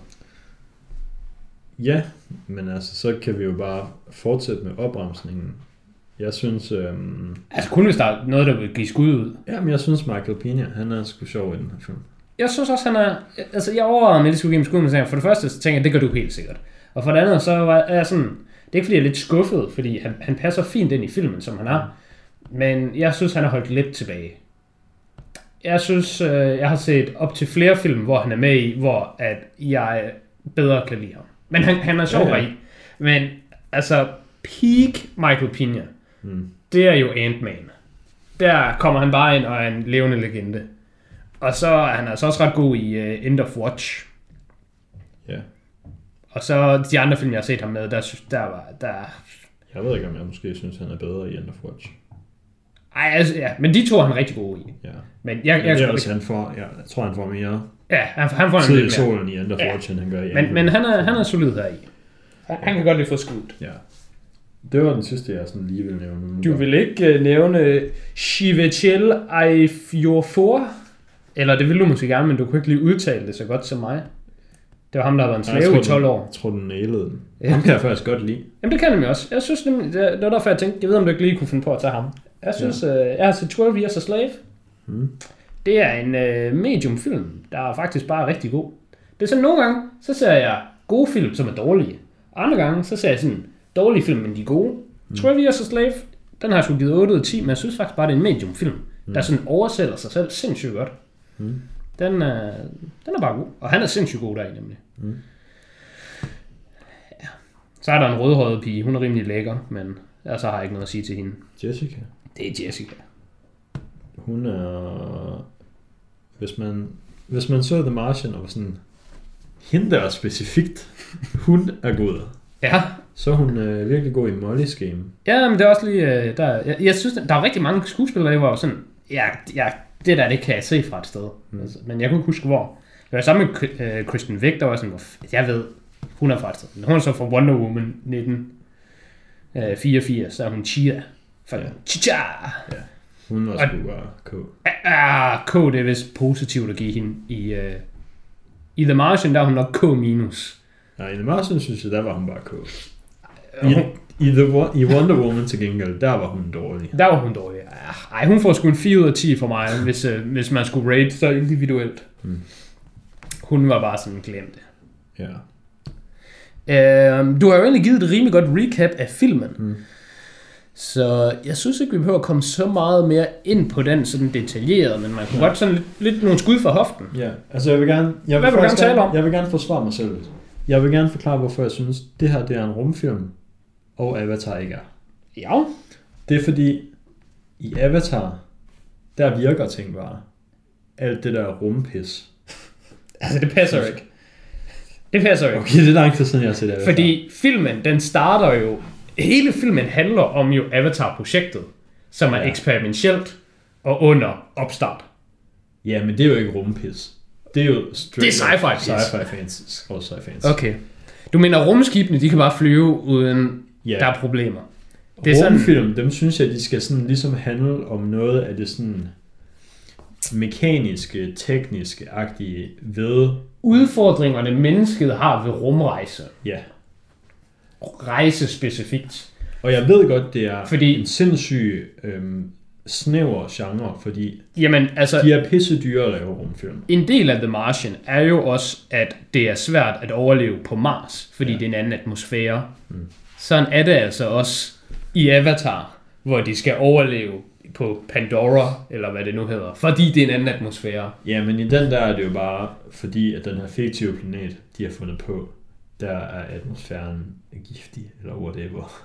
Ja, men altså, så kan vi jo bare fortsætte med opremsningen. Jeg synes... Øhm...
Altså, kun hvis der er noget, der vil give skud ud.
Ja, men jeg synes, Michael Pena, han er sgu sjov i den her film.
Jeg synes også, han er... Altså, jeg overvejede med, at det skulle give ham skud, men for det første, så tænker jeg, det gør du helt sikkert. Og for det andet, så er jeg sådan... Det er ikke, fordi jeg er lidt skuffet, fordi han, han passer fint ind i filmen, som han er. Men jeg synes, han har holdt lidt tilbage. Jeg synes, øh, jeg har set op til flere film, hvor han er med i, hvor at jeg bedre kan lide ham. Men han, han er sjov ja, ja. i. Men altså, peak Michael Pena, mm. det er jo Ant-Man. Der kommer han bare ind og er en levende legende. Og så er han altså også ret god i uh, End of Watch.
Ja.
Og så de andre film, jeg har set ham med, der synes der var... Der...
Jeg ved ikke, om jeg måske synes, han er bedre i End of Watch.
Ej, altså, ja, men de to er han rigtig gode i.
Ja.
Men jeg, jeg,
jeg,
jeg,
også, han får, ja, jeg tror, han får mere.
Ja, han, han får en
tid i
lidt mere.
solen i End of
Ja.
Watch, end han gør i
Men, men han, er, han er solid her i. Han, han kan godt lide få skudt.
Ja. Det var den sidste, jeg sådan lige vil nævne.
Du vil ikke uh, nævne Shivechel Ejfjorfor? Eller det vil du måske gerne, men du kunne ikke lige udtale det så godt som mig. Det var ham, der har været en slave i tolv år.
Jeg tror, du nailede den.
Ja.
Ham kan jeg faktisk godt lide.
Jamen det kan jeg også. Jeg synes nemlig, det var derfor jeg tænkte, jeg ved om du ikke lige kunne finde på at tage ham. Jeg synes, ja. uh, jeg har set tolv Years a Slave.
Hmm.
Det er en uh, medium film, der er faktisk bare rigtig god. Det er sådan, nogle gange, så ser jeg gode film, som er dårlige. Andre gange, så ser jeg sådan dårlige film, men de er gode. Mm. tolv Years a Slave, den har jeg sgu givet otte ud af ti, men jeg synes faktisk bare, det er en medium film, mm. der sådan oversætter sig selv sindssygt godt. Mm. Den, er, den er bare god, og han er sindssygt god der i nemlig. Mm. Ja. Så er der en rødhåret pige, hun er rimelig lækker, men jeg så har jeg ikke noget at sige til hende.
Jessica?
Det er Jessica.
Hun er... Hvis man, hvis man så The Martian og var sådan... Hende der specifikt, hun er god.
Ja.
Så er hun øh, virkelig god i Molly's Game.
Ja, men det er også lige... Øh, der, jeg, jeg synes, der er rigtig mange skuespillere, der var sådan... Ja, ja, det der, det kan jeg se fra et sted. Mm. Altså, men jeg kunne ikke huske, hvor. Jeg var sammen med øh, Kristen Wiig, der var sådan... Jeg ved, hun er fra et sted. Hun er så fra Wonder Woman nitten fireogfirs, så er hun Chia. For ja. Chia! Ja.
Hun var sgu bare K.
Ah, K, det er vist positivt at give hende i... Øh, I The Martian, der er hun nok K minus.
Nej, i The Martian synes jeg, der var hun bare K. I, i, the, I Wonder Woman til gengæld, der var hun dårlig.
Der var hun dårlig. Ej, hun får sgu en fire ud af ti for mig, hvis, øh, hvis man skulle rate så individuelt. Hmm. Hun var bare sådan glemt.
Ja.
Øh, du har jo egentlig givet et rimelig godt recap af filmen. Hmm. Så jeg synes ikke, vi behøver at komme så meget mere ind på den sådan detaljeret, men man kunne ja. godt sådan lidt, lidt nogle skud fra hoften.
Ja, altså jeg vil gerne... Jeg vil
Hvad vil du gerne tale om?
Jeg vil gerne forsvare mig selv lidt. Jeg vil gerne forklare, hvorfor jeg synes, det her det er en rumfilm, og Avatar ikke er.
Ja.
Det er fordi, i Avatar, der virker ting bare. Alt det der rumpis.
Altså det passer ikke. Det passer ikke.
Okay, det er lang tid siden, jeg har set Avatar.
Fordi filmen, den starter jo... Hele filmen handler om jo Avatar-projektet, som er ja. eksperimentelt og under opstart.
Ja, men det er jo ikke rumpis. Det er jo
det er sci-fi
sci-fi fans. Og sci-fi fans.
Okay. Du mener, rumskibene, de kan bare flyve, uden
ja.
der er problemer. Det
er rumfilm, sådan... dem synes jeg, de skal sådan ligesom handle om noget af det sådan mekaniske, tekniske-agtige ved...
Udfordringerne, mennesket har ved rumrejse.
Ja.
Rejse specifikt.
Og jeg ved godt, det er
fordi,
en sindssyg øhm, snæver genre, fordi
jamen, altså,
de er pisse dyre at lave rumfilm.
En del af The Martian er jo også, at det er svært at overleve på Mars, fordi ja. det er en anden atmosfære. Mm. Sådan er det altså også i Avatar, hvor de skal overleve på Pandora, eller hvad det nu hedder, fordi det er en anden atmosfære.
Ja, men i den der er det jo bare, fordi at den her fiktive planet, de har fundet på, der er atmosfæren giftig, eller whatever.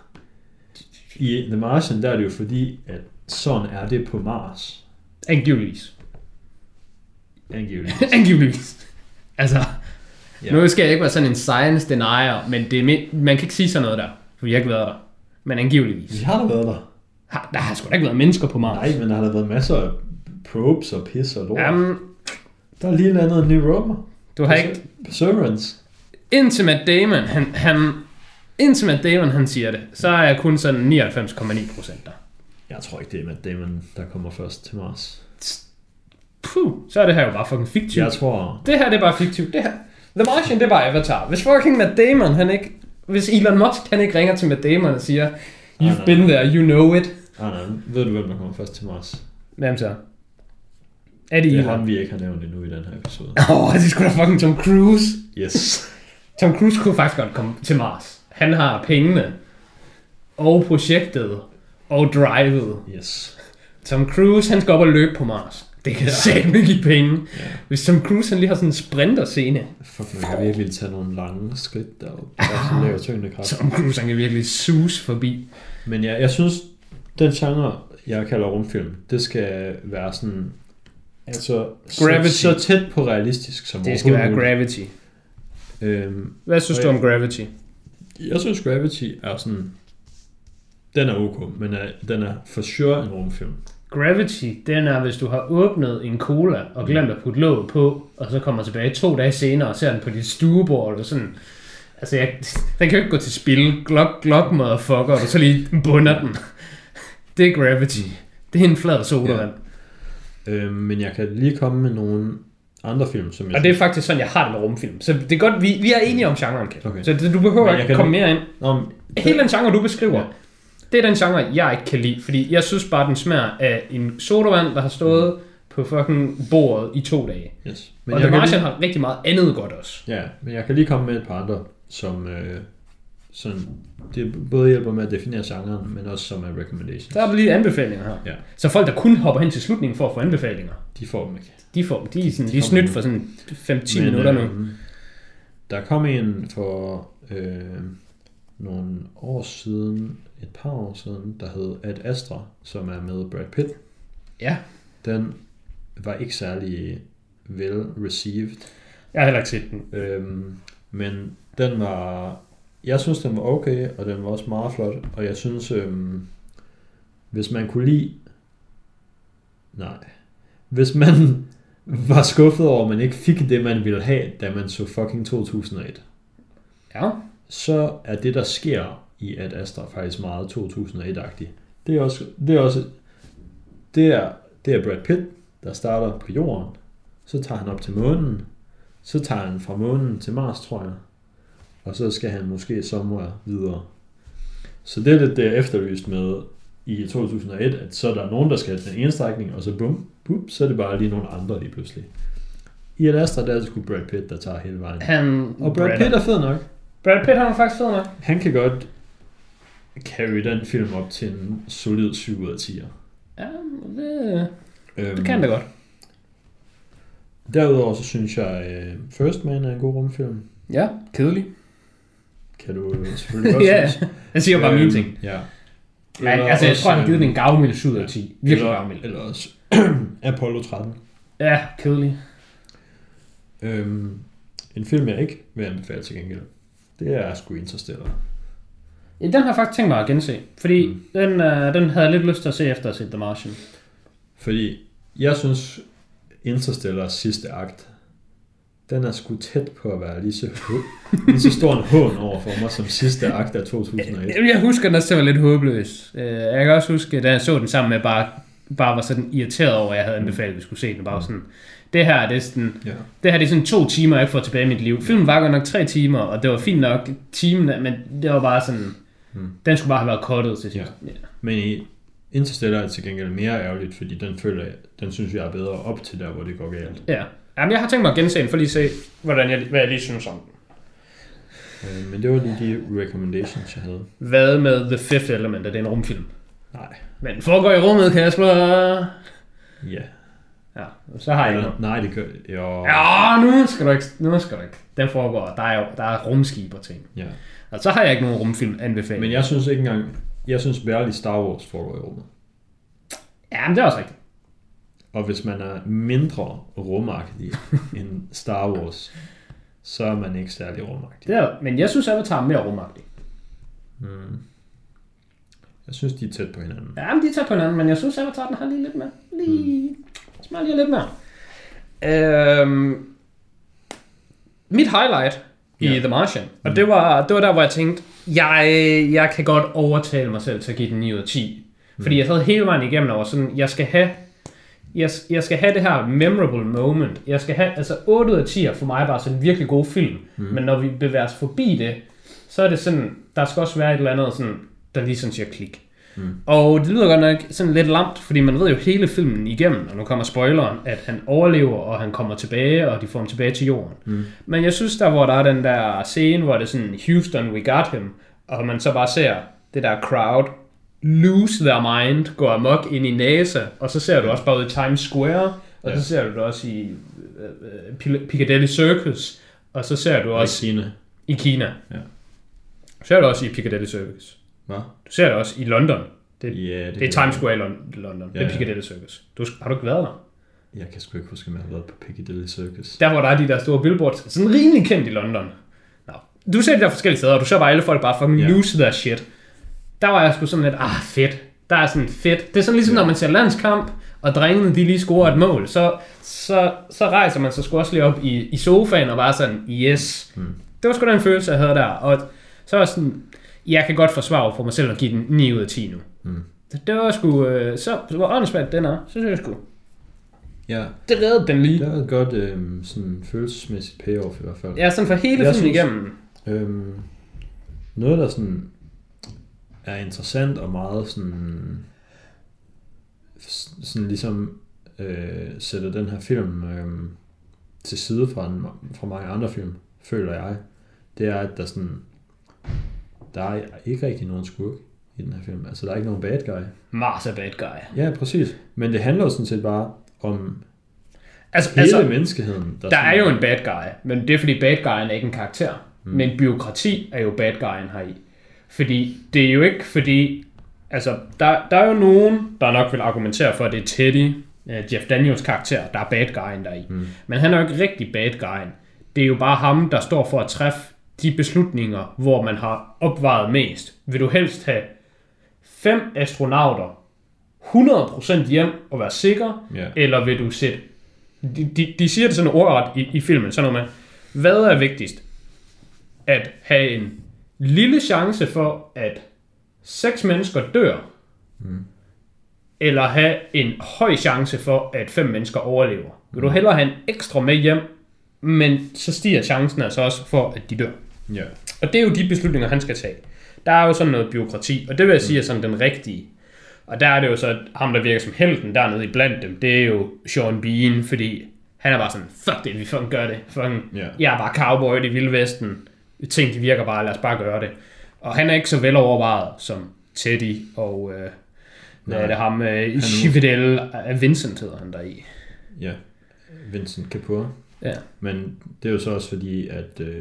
I The Martian, der er det jo fordi, at sådan er det på Mars.
Angiveligvis.
Angiveligvis.
Angiveligvis. Altså, ja. Nu skal jeg ikke være sådan en science denier, men det er, man kan ikke sige sådan noget der, for vi har ikke været der. Men angiveligvis.
Vi har da været der.
Har, der har sgu da ikke været mennesker på Mars.
Nej, men der har der været masser af probes og pis og lort.
Jamen,
der er lige landet New Roma.
Du har ikke...
Perseverance.
Indtil Matt Damon, han, han, indtil Matt Damon, han siger det, så er jeg kun sådan nioghalvfems komma ni procent der.
Jeg tror ikke, det er Matt Damon, der kommer først til Mars.
Puh, så er det her jo bare fucking fiktivt.
Jeg tror...
Det her, det er bare fiktivt. Det her. The Martian, det er bare Avatar. Hvis fucking Matt Damon, han ikke... Hvis Elon Musk, han ikke ringer til Matt Damon og siger, you've ah, been there, you know it.
Ah, nej. Ved du, hvem der kommer først til Mars?
Hvem så? Er det,
det er
Elon?
ham, vi ikke har nævnt endnu i den her episode.
Åh, oh, det skulle da fucking Tom Cruise.
Yes.
Tom Cruise kunne faktisk godt komme til Mars. Han har pengene, og projektet, og drivet.
Yes.
Tom Cruise, han skal op og løbe på Mars. Det kan sætte mig give penge. Yeah. Hvis Tom Cruise, han lige har sådan en sprinter-scene.
Fuck, man kan virkelig tage nogle lange skridt deroppe. Der laver tyngdekraft.
Tom Cruise, han kan virkelig sus forbi.
Men ja, jeg synes, den genre, jeg kalder rumfilm, det skal være sådan... Altså, så, så tæt på realistisk som
det skal være Gravity.
Øhm,
Hvad synes du om Gravity?
Jeg synes Gravity er sådan... Den er ok, men er, den er for sure en rumfilm.
Gravity, den er, hvis du har åbnet en cola og glemt at putte låget på, og så kommer tilbage to dage senere og ser den på dit stuebord, eller sådan. Altså, jeg, den kan jo ikke gå til spil. Glok, glok, motherfucker, og du så lige bunder den. Det er Gravity. Det er en flad sodavand.
Ja. Øh, men jeg kan lige komme med nogle andre film, som jeg
og det er faktisk sådan, jeg har det med rumfilm. Så det er godt, vi, vi er enige om genren, Kjeld.
Okay.
Så det, du behøver ikke komme mere ind.
Om,
Hele den genre, du beskriver,
ja.
det er den genre, jeg ikke kan lide. Fordi jeg synes bare, den smager af en sodavand, der har stået mm. på fucking bordet i to dage.
Yes. Men
og The Martian lige... har rigtig meget andet godt også.
Ja, men jeg kan lige komme med et par andre, som øh, sådan, det både hjælper med at definere genren, men også som er recommendations.
Der er lige anbefalinger her.
Ja.
Så folk, der kun hopper hen til slutningen for at få anbefalinger,
de får dem ikke.
De får dem. De er, sådan, de er snydt for sådan fem til ti minutter nu. Øh,
der kom en for øh, nogle år siden, et par år siden, der hed Ad Astra, som er med Brad Pitt.
Ja.
Den var ikke særlig well received.
Jeg har heller ikke set den.
Øhm, men den var, jeg synes den var okay, og den var også meget flot, og jeg synes, øhm, hvis man kunne lide, nej, hvis man var skuffet over, at man ikke fik det, man ville have, da man så fucking to tusind og et,
ja.
så er det, der sker i Ad Astra, faktisk meget to tusind og et-agtigt. Det er også, det er også, det er, det er Brad Pitt, der starter på jorden, så tager han op til månen, så tager han fra månen til Mars, tror jeg, og så skal han måske somewhere videre. Så det er lidt det, jeg efterlyst med i to tusind og et, at så er der nogen, der skal til den ene strækning, og så bum, bum, så er det bare lige nogle andre lige pludselig. I Ad Astra, der er det sgu Brad Pitt, der tager hele vejen.
Han,
og Brad, Brad Pitt er fed nok.
Brad Pitt han er faktisk fed nok.
Han kan godt carry den film op til en solid syv ud af ti.
Ja, det,
øhm,
det kan det godt.
Derudover så synes jeg, uh, First Man er en god rumfilm.
Ja, kedelig.
Kan du selvfølgelig godt
ja,
synes.
jeg siger bare øhm, mine ting.
Ja.
Men altså, jeg tror, han har givet den en gavmild syv ud af ti. Virkelig gavmild.
Eller også Apollo tretten.
Ja, kedelig.
Øhm, en film, jeg ikke vil anbefale til gengæld, det er sgu Interstellar.
Ja, den har jeg faktisk tænkt mig at gense. Fordi mm. den, uh, den havde jeg lidt lyst til at se efter at se The Martian.
Fordi jeg synes, Interstellars sidste akt, den er sgu tæt på at være lige så, lige så stor en hån over for mig som sidste akt af to tusind og et.
Jeg husker den også, det var lidt håbløs. Jeg kan også huske, da jeg så den sammen med, bare, bare var sådan irriteret over, at jeg havde anbefalet, at vi skulle se den. Bare sådan, det her, det er sådan, ja. det her det er sådan to timer, jeg får tilbage i mit liv. Filmen var godt nok tre timer, og det var fint nok timen, men det var bare sådan, hmm. den skulle bare have været cuttet til sidst.
Ja. Ja. Men i Interstellar er til gengæld mere ærgerligt, fordi den føler jeg, den synes jeg er bedre op til der, hvor det går galt.
Ja. Jamen, jeg har tænkt mig at gense den, for lige at se, hvordan jeg, hvad jeg lige synes om den.
Øh, men det var lige de recommendations, jeg havde.
Hvad med The Fifth Element? Er det en rumfilm?
Nej.
Men den foregår i rummet, Kasper.
Ja.
Ja, så har jeg
Eller,
ikke
nej, det gør... Jo.
Ja, nu skal du ikke. Nu skal du ikke. Den foregår. Der er jo der er rumskib og ting.
Ja.
Og så har jeg ikke nogen rumfilm anbefaling.
Men jeg synes ikke engang... Jeg synes værligt Star Wars foregår i rummet.
Ja, men det er også rigtigt.
Og hvis man er mindre rumagtig end Star Wars, så er man ikke særlig rumagtig.
Det er, men jeg synes, Avatar er mere rumagtig.
Hmm. Jeg synes, de er tæt på hinanden.
Ja, men de er tæt på hinanden, men jeg synes, Avatar den har lige lidt mere. Lige... Hmm. Smager lige lidt mere. Øhm... Mit highlight i ja. The Martian, og mm. det, var, det var der, hvor jeg tænkte, jeg, jeg kan godt overtale mig selv til at give den ni ud af ti. Mm. Fordi jeg sad hele vejen igennem over sådan, jeg skal have jeg, jeg skal have det her memorable moment. Jeg skal have, altså otte ud af ti for mig bare sådan en virkelig god film. Mm. Men når vi bevæger os forbi det, så er det sådan, der skal også være et eller andet sådan, der lige sådan siger klik. Mm. Og det lyder godt nok sådan lidt lamt, fordi man ved jo hele filmen igennem, og nu kommer spoileren, at han overlever, og han kommer tilbage, og de får ham tilbage til jorden. Mm. Men jeg synes der, hvor der er den der scene, hvor det er sådan, Houston, we got him, og man så bare ser det der crowd lose their mind, gå amok ind i NASA, og så ser du også bare ud i Times Square, og ja. Så ser du det også i uh, Piccadilly Circus, og så ser du også
i Kina.
I Kina.
Ja.
Så ser du også i Piccadilly Circus.
Hvad?
Du ser det også i London. Det,
yeah, det,
det er Times Square i London. Ja, det er Piccadilly Circus. Du, har du ikke været der?
Jeg kan sgu ikke huske, om jeg har været på Piccadilly Circus.
Der, hvor der er de der store billboards. Sådan rimelig kendt i London. Nå. Du ser de der forskellige steder, og du ser bare alle folk bare fucking yeah. lose their shit. Der var jeg sgu sådan lidt, ah fedt. der er sådan fedt. Det er sådan ligesom,
ja.
når man ser landskamp, og drengene de lige scorer et mål, så, så, så rejser man sig sgu også lige op i, i sofaen og bare sådan, yes. Mm. Det var sgu da en følelse, jeg havde der. Og så var sådan, jeg kan godt forsvare for mig selv at give den ni ud af ti nu. Mm. Det var sgu, øh, så var åndssvagt den er, så synes jeg sgu.
Ja.
Det reddede den lige.
Det var et godt øh, sådan følelsesmæssigt payoff i hvert fald.
Ja, sådan for hele filmen igennem.
Øhm, noget, der sådan er interessant og meget sådan, sådan ligesom øh, sætter den her film øh, til side fra, en, fra mange andre film, føler jeg, det er, at der sådan, der er ikke rigtig nogen skurk i den her film. Altså, der er ikke nogen bad guy.
Mars er bad guy.
Ja, præcis. Men det handler jo sådan set bare om
altså,
hele
altså,
menneskeheden.
Der, der er jo en bad guy, men det er fordi bad guyen er ikke en karakter. Mm. Men byråkrati er jo bad guyen heri. Fordi det er jo ikke fordi... Altså, der, der er jo nogen, der nok vil argumentere for, at det er Teddy, uh, Jeff Daniels karakter, der er bad guyen deri. Mm. Men han er jo ikke rigtig bad guyen. Det er jo bare ham, der står for at træffe de beslutninger, hvor man har opvejet mest. Vil du helst have fem astronauter hundrede procent hjem og være sikker, yeah. eller vil du sætte... De, de, de siger det sådan ordret i, i filmen, sådan noget med, hvad er vigtigst? At have en lille chance for, at seks mennesker dør, mm. eller have en høj chance for, at fem mennesker overlever. Vil du hellere have en ekstra med hjem, men så stiger chancen altså også for, at de dør.
Yeah.
Og det er jo de beslutninger, han skal tage. Der er jo sådan noget byråkrati, og det vil jeg sige er sådan den rigtige. Og der er det jo så, at ham, der virker som helten dernede i blandt dem, det er jo Sean Bean, fordi han er bare sådan, fuck det, vi fucking gør det. Fucking, yeah. Jeg er bare cowboy i Vilde Vesten. Ting, de virker bare, lad os bare gøre det. Og han er ikke så velovervejet som Teddy, og øh, hvad er det ham, øh, Chividel, Vincent hedder han der i.
Ja, Vincent Kapoor.
Ja.
Men det er jo så også fordi, at øh,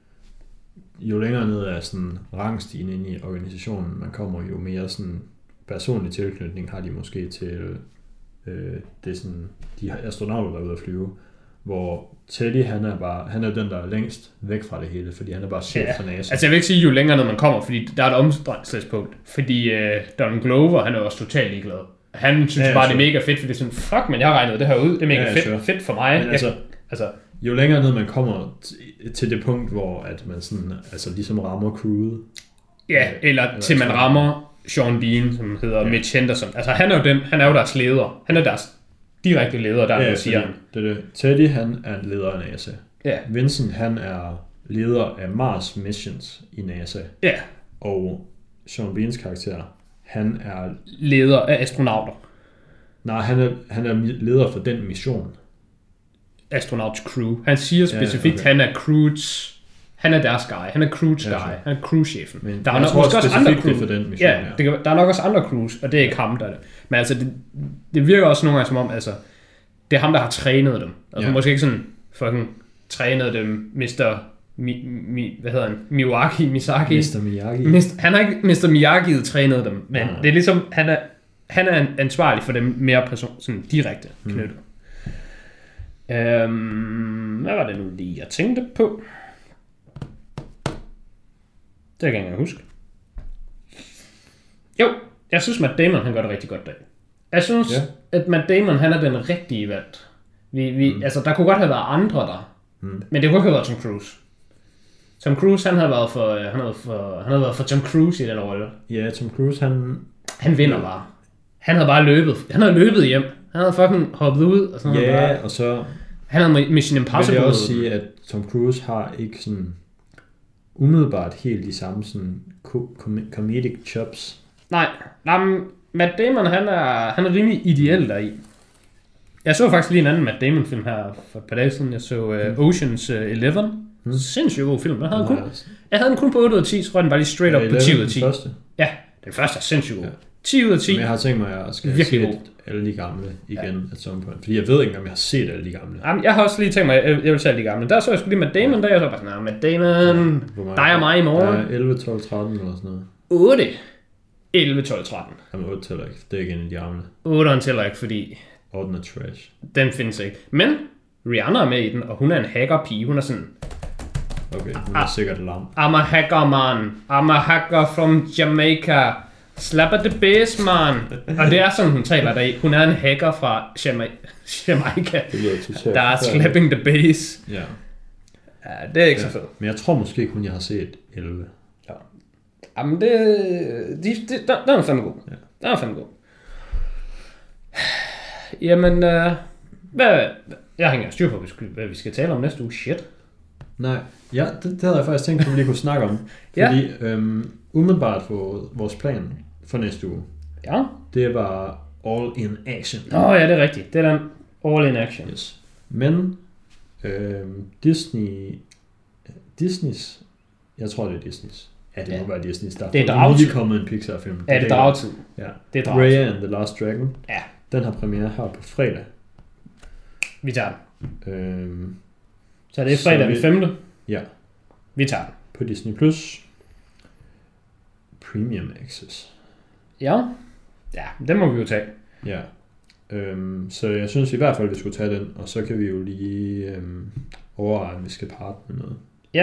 jo længere ned er sådan rangstigen inde i organisationen, man kommer, jo mere sådan personlig tilknytning har de måske til øh, det sådan, de astronauter, der er ude at flyve, hvor Teddy, han er bare, han er den, der er længst væk fra det hele, fordi han er bare chef
ja.
for NASA.
Altså jeg vil ikke sige, jo længere ned man kommer, fordi der er et omdrejningspunkt, fordi øh, Donald Glover, han er også totalt ligeglad. Han synes ja, bare, det er mega fedt, fordi det er sådan, fuck, men jeg har regnet det her ud, det er mega ja, fedt, sure. fedt for mig.
Men altså, altså, jo længere ned man kommer t- til det punkt, hvor at man sådan, altså ligesom rammer crewet.
Ja, eller, eller til man rammer Sean Bean, som hedder ja. Mitch Henderson. Altså han er jo den, han er jo deres leder. Han er deres direkte leder, der ja, siger han.
Det er det. Teddy, han er leder af NASA.
Ja.
Vincent, han er leder af Mars Missions i NASA.
Ja.
Og Sean Beans karakter, han er
leder af astronauter.
Nej, han er, han er leder for den mission.
Astronauts crew. Han siger specifikt, ja, okay. han er crew's, han er deres guy. Han er crew's guy. Han er crewchefen.
Men der er nok også andre crew for den mission.
Ja, det kan, der er nok også andre crews, og det er ikke ham, der er det. Men altså, det, det virker også nogle gange som om, altså, det er ham, der har trænet dem. Altså, ja. Måske ikke sådan fucking trænet dem, mister Mi, mi, hvad hedder han? Miyagi, Misaki.
mister Miyagi.
mister Han har ikke mister Miyagi trænet dem, men ja. Det er ligesom, han er, han er ansvarlig for dem mere person, sådan direkte knyttet. Mm. Øhm, hvad var det nu lige, jeg tænkte på? Det kan jeg ikke engang huske. Jo, jeg synes, Matt Damon, han gør det rigtig godt der. Jeg synes, ja. at Matt Damon, han er den rigtige valgt. Vi, vi, mm. Altså, der kunne godt have været andre der, mm. men det kunne ikke have været Tom Cruise. Tom Cruise, han havde været for, han havde for, han havde været for Tom Cruise i den rolle.
Ja, Tom Cruise, han...
Han vinder bare. Han havde bare løbet. Han havde løbet hjem. Han havde fucking hoppet ud. Og sådan
ja,
bare.
Og så...
Han havde Mission Impossible.
Jeg vil også sige, at Tom Cruise har ikke sådan... umiddelbart helt de samme sådan com- comedic chops.
Nej, nej, men Matt Damon, han er, han er rimelig ideel deri. Jeg så faktisk lige en anden Matt Damon film her for et par dage siden. Jeg så uh, Ocean's elleve. Hmm. Sindssygt god film. Jeg havde, kun, jeg havde den kun på otte ud af ti, så røg den bare lige straight up ja, på ti ud af ti.
Den første?
Ja, den første er sindssygt god. Ja. ti ud af ti.
Men jeg har tænkt mig, at jeg skal se god. alle de gamle igen ja. at some point. Fordi jeg ved ikke, om jeg har set alle de gamle.
Jamen, jeg har også lige tænkt mig, at jeg vil se alle de gamle. Der så jeg sgu lige Matt Damon, der jeg så bare sådan, Matt Damon, ja, dig og mig i morgen.
Der er elleve, tolv, tretten eller sådan noget.
otte. elleve, tolv, tretten.
Jamen otte tæller ikke, det er ikke en af de gamle.
otte tæller ikke, fordi...
Og den er trash.
Den findes ikke. Men Rihanna er med i den, og hun er en hacker-pige. Hun er sådan...
Okay, hun er ah, sikkert lam.
I'm a hacker, man. I'm a hacker from Jamaica. Slapper the bass, man. Og det er sådan, hun taler der i. Hun er en hacker fra Jamaica, der er slapping the bass.
Ja.
Ja, det er ikke
ja.
så fedt.
Men jeg tror måske kun, jeg har set elleve.
Ja. Jamen, det... De, de, der, der er fandme god. Ja. Der er fandme god. Jamen, øh, hvad... Jeg hænger styr på, hvad vi skal tale om næste uge. Shit.
Nej, ja, det, det havde jeg faktisk tænkt, at vi lige kunne snakke om. Fordi ja. øhm, umiddelbart for vores plan for næste uge,
ja. det
var All in Action.
Åh oh, ja, det er rigtigt. Det er den All in Action.
Yes. Men øhm, Disney... Disneys... Jeg tror, det er Disneys. Ja, det ja. må være Disneys. Der
det er Dragtid.
lige kommet en Pixar-film.
Ja, det er Dragtid.
Ja.
Det er Dragtid.
Raya and the Last Dragon.
Ja.
Den har premiere her på fredag.
Vi tager den.
Øhm,
så det er fredag den femte
Ja.
Vi tager den.
På Disney Plus. Premium Access.
Ja. Ja, den må vi jo tage.
Ja. Øhm, så jeg synes i hvert fald, vi skulle tage den, og så kan vi jo lige øhm, overveje, om vi skal parte med noget.
Ja.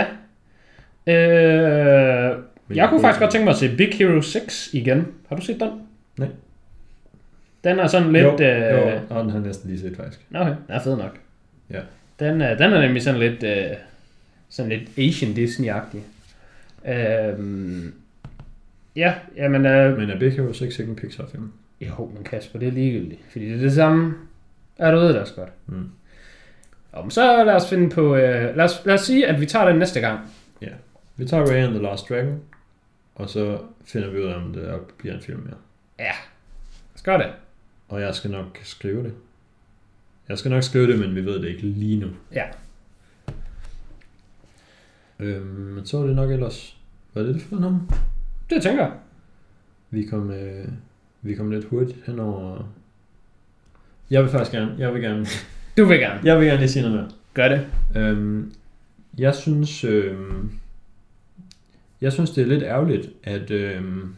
Øh, jeg kunne faktisk godt tænke mig at se Big Hero seks igen. Har du set den?
Nej.
Den er sådan lidt...
Jo,
øh...
jo og den har jeg næsten lige set faktisk.
Okay, den er fed nok.
Ja.
Den, øh, den er nemlig sådan lidt, øh, sådan lidt Asian Disney-agtig. Øh, ja, jamen... Øh...
Men er Big Hero seks ikke en Pixar-film?
Jo, men Kasper, det er ligegyldigt. Fordi det er det samme... Er du ved det også godt?
Mm.
Og så lad os finde på... Øh, lad, os, lad os sige, at vi tager den næste gang.
Ja. Vi tager Raya and the Last Dragon, og så finder vi ud af, om det bliver en film mere.
Ja. Skal det.
Og jeg skal nok skrive det. Jeg skal nok skrive det, men vi ved det ikke lige nu.
Ja.
Øhm, men så var det nok ellers... Hvad er det, det for noget?
Det tænker jeg.
Vi kom, øh, vi kom lidt hurtigt henover... Jeg vil faktisk gerne... Jeg vil gerne...
Du vil gerne.
Jeg vil gerne lige sige noget mere.
Gør det.
Øhm, jeg synes... Øhm, jeg synes, det er lidt ærgerligt, at... Øhm,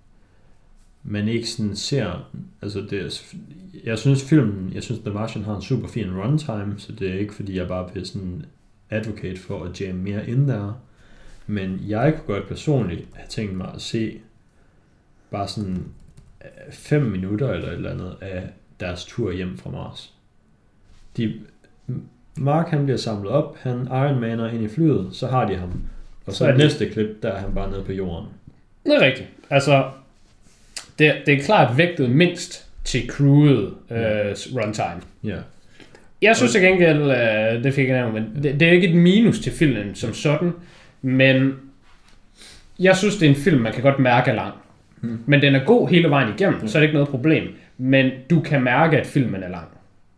man ikke sådan ser, altså det er, jeg synes filmen, jeg synes The Martian har en super fin runtime, så det er ikke fordi jeg bare vil sådan advocate for at jamme mere ind der, men jeg kunne godt personligt have tænkt mig at se bare sådan fem minutter eller et eller andet af deres tur hjem fra Mars. De, Mark han bliver samlet op, han Iron Maner ind i flyet, så har de ham, og så, så det næste klip, der er han bare nede på jorden.
Det er rigtigt, altså Det, det er klart vægtet mindst til crewet øh, ja. runtime.
Ja.
Jeg synes til gengæld, øh, det fik jeg nævnt, men det, det er ikke et minus til filmen som sådan, men jeg synes, det er en film, man kan godt mærke er lang. Hmm. Men den er god hele vejen igennem, hmm. så er det ikke noget problem. Men du kan mærke, at filmen er lang.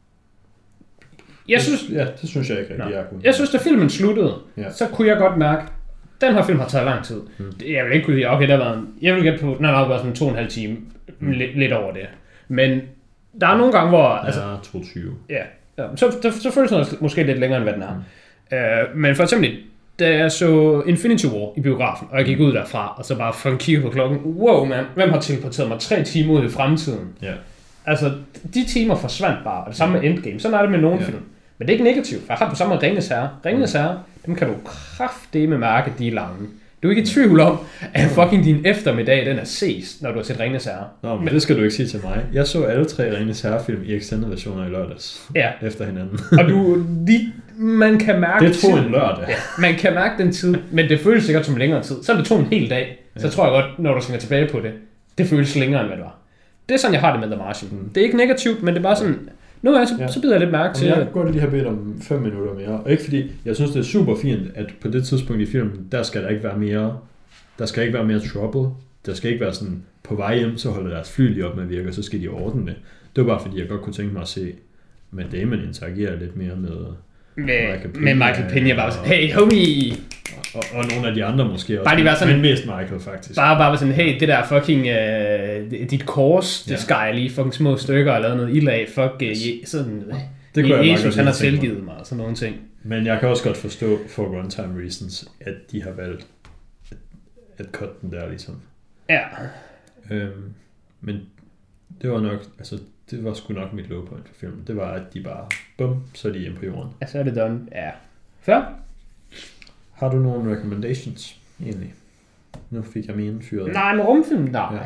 Jeg synes,
ja, det synes jeg ikke rigtig, jeg kunne.
Jeg synes, da filmen sluttede,
ja.
så kunne jeg godt mærke, den her film har taget lang tid. Hmm. Jeg vil ikke kunne sige, okay, der var en, jeg vil gætte på, den har nok været sådan to og en halv time, hmm. lidt, lidt over det. Men der er nogle gange, hvor... Altså,
ja, to tyve.
Ja, ja så, så, så føles det måske lidt længere, end hvad den er. Hmm. Uh, men for eksempel, da jeg så Infinity War i biografen, og jeg gik ud derfra, og så bare fucking kigge på klokken, wow man, hvem har teleporteret mig tre timer ud i fremtiden?
Ja.
Altså, de timer forsvandt bare, og det samme med Endgame. Sådan er det med nogle ja. film. Men det er ikke negativt. Jeg har det på samme med Ringenes Herre. Ringenes Herre, dem kan du kraftedeme mærke, de er lange. Du er ikke i tvivl om, at fucking din eftermiddag, den er ses, når du har set Ringenes Herre.
Nå, men, men det skal du ikke sige til mig. Jeg så alle tre Ringenes Herre-film i extended versioner i lørdags.
Ja.
Efter hinanden.
Og du, de, man kan mærke...
Det tog en lørdag.
Ja, man kan mærke den tid, men det føles sikkert som længere tid. Så det tog en hel dag, så ja. tror jeg godt, når du skal tilbage på det, det føles længere, end hvad det var. Det er sådan, jeg har det med The Martian. Mm. Det er ikke negativt, men det er bare sådan... Nu er jeg, så, ja. så bider jeg lidt mærke til...
Jeg kunne godt lige have bedt om fem minutter mere. Og ikke fordi, jeg synes, det er super fint, at på det tidspunkt i filmen, der skal der ikke være mere... Der skal ikke være mere trouble. Der skal ikke være sådan, på vej hjem, så holder deres fly lige op med at virke, og så skal de ordne det. Det var bare fordi, jeg godt kunne tænke mig at se, Matt Damon interagerer lidt mere med...
Med Michael Pena, med Michael Pena bare sådan, hey homie!
Og, og, og nogle af de andre måske også,
bare de var sådan,
men mest Michael faktisk.
Bare, bare sådan, hey, det der fucking, uh, dit kors, det ja. skar jeg lige fucking små stykker og lavede noget ild af, fuck, yes. uh, sådan,
det kunne jeg
Jesus, han har tilgivet mig, og sådan nogle ting.
Men jeg kan også godt forstå, for runtime reasons, at de har valgt at, at cut den der, ligesom.
Ja.
Øhm, men det var nok, altså, det var sgu nok mit low point for filmen. Det var, at de bare, bum, så er de hjemme på jorden.
Ja, så er det done. Ja. Før?
Har du nogle recommendations, egentlig? Nu fik jeg mine fyret.
Nej, en rumfilm? Nej. Ja.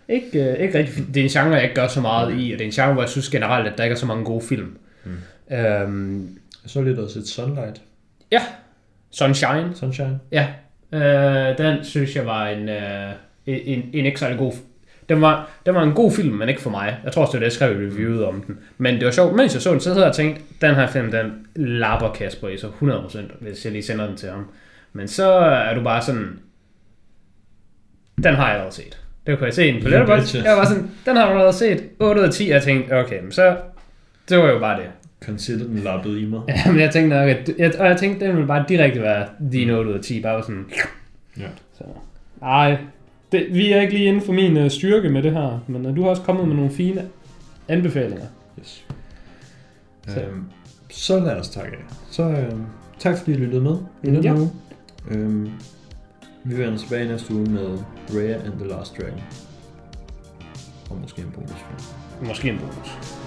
Ikke, øh, ikke rigtig. Det er en genre, jeg ikke gør så meget i, og det er en genre, hvor jeg synes generelt, at der ikke er så mange gode film. Mm. Øhm,
jeg så lidt også et Sunlight.
Ja, Sunshine.
Sunshine.
Ja, øh, den synes jeg var en, øh, en, en ikke særlig god film. Den var, den var en god film, men ikke for mig. Jeg tror også, det var det, jeg skrev i reviewet om den. Men det var sjovt, mens jeg så den, så havde jeg tænkt, den her film, den lapper Kasper i så hundrede procent, hvis jeg lige sender den til ham. Men så er du bare sådan, den har jeg allerede set. Det kunne jeg se den på Letterboxd. Jeg var sådan, den har jeg allerede set. otte ud af ti, jeg tænkte, okay, men så, det var jo bare det.
Consider den lappet i mig.
Ja, men jeg tænkte nok, at, jeg, og jeg tænkte, den ville bare direkte være din otte ud af ti, bare sådan,
ja.
Så. Ej, det, vi er ikke lige inden for min uh, styrke med det her, men uh, du har også kommet med nogle fine anbefalinger.
Yes. Så, øhm, så lad os takke af. Så øhm, tak fordi I lyttede med i den
ja.
uge. Øhm, vi vender tilbage næste uge med Raya and the Last Dragon. Og måske en bonusfilm.
Måske en bonus.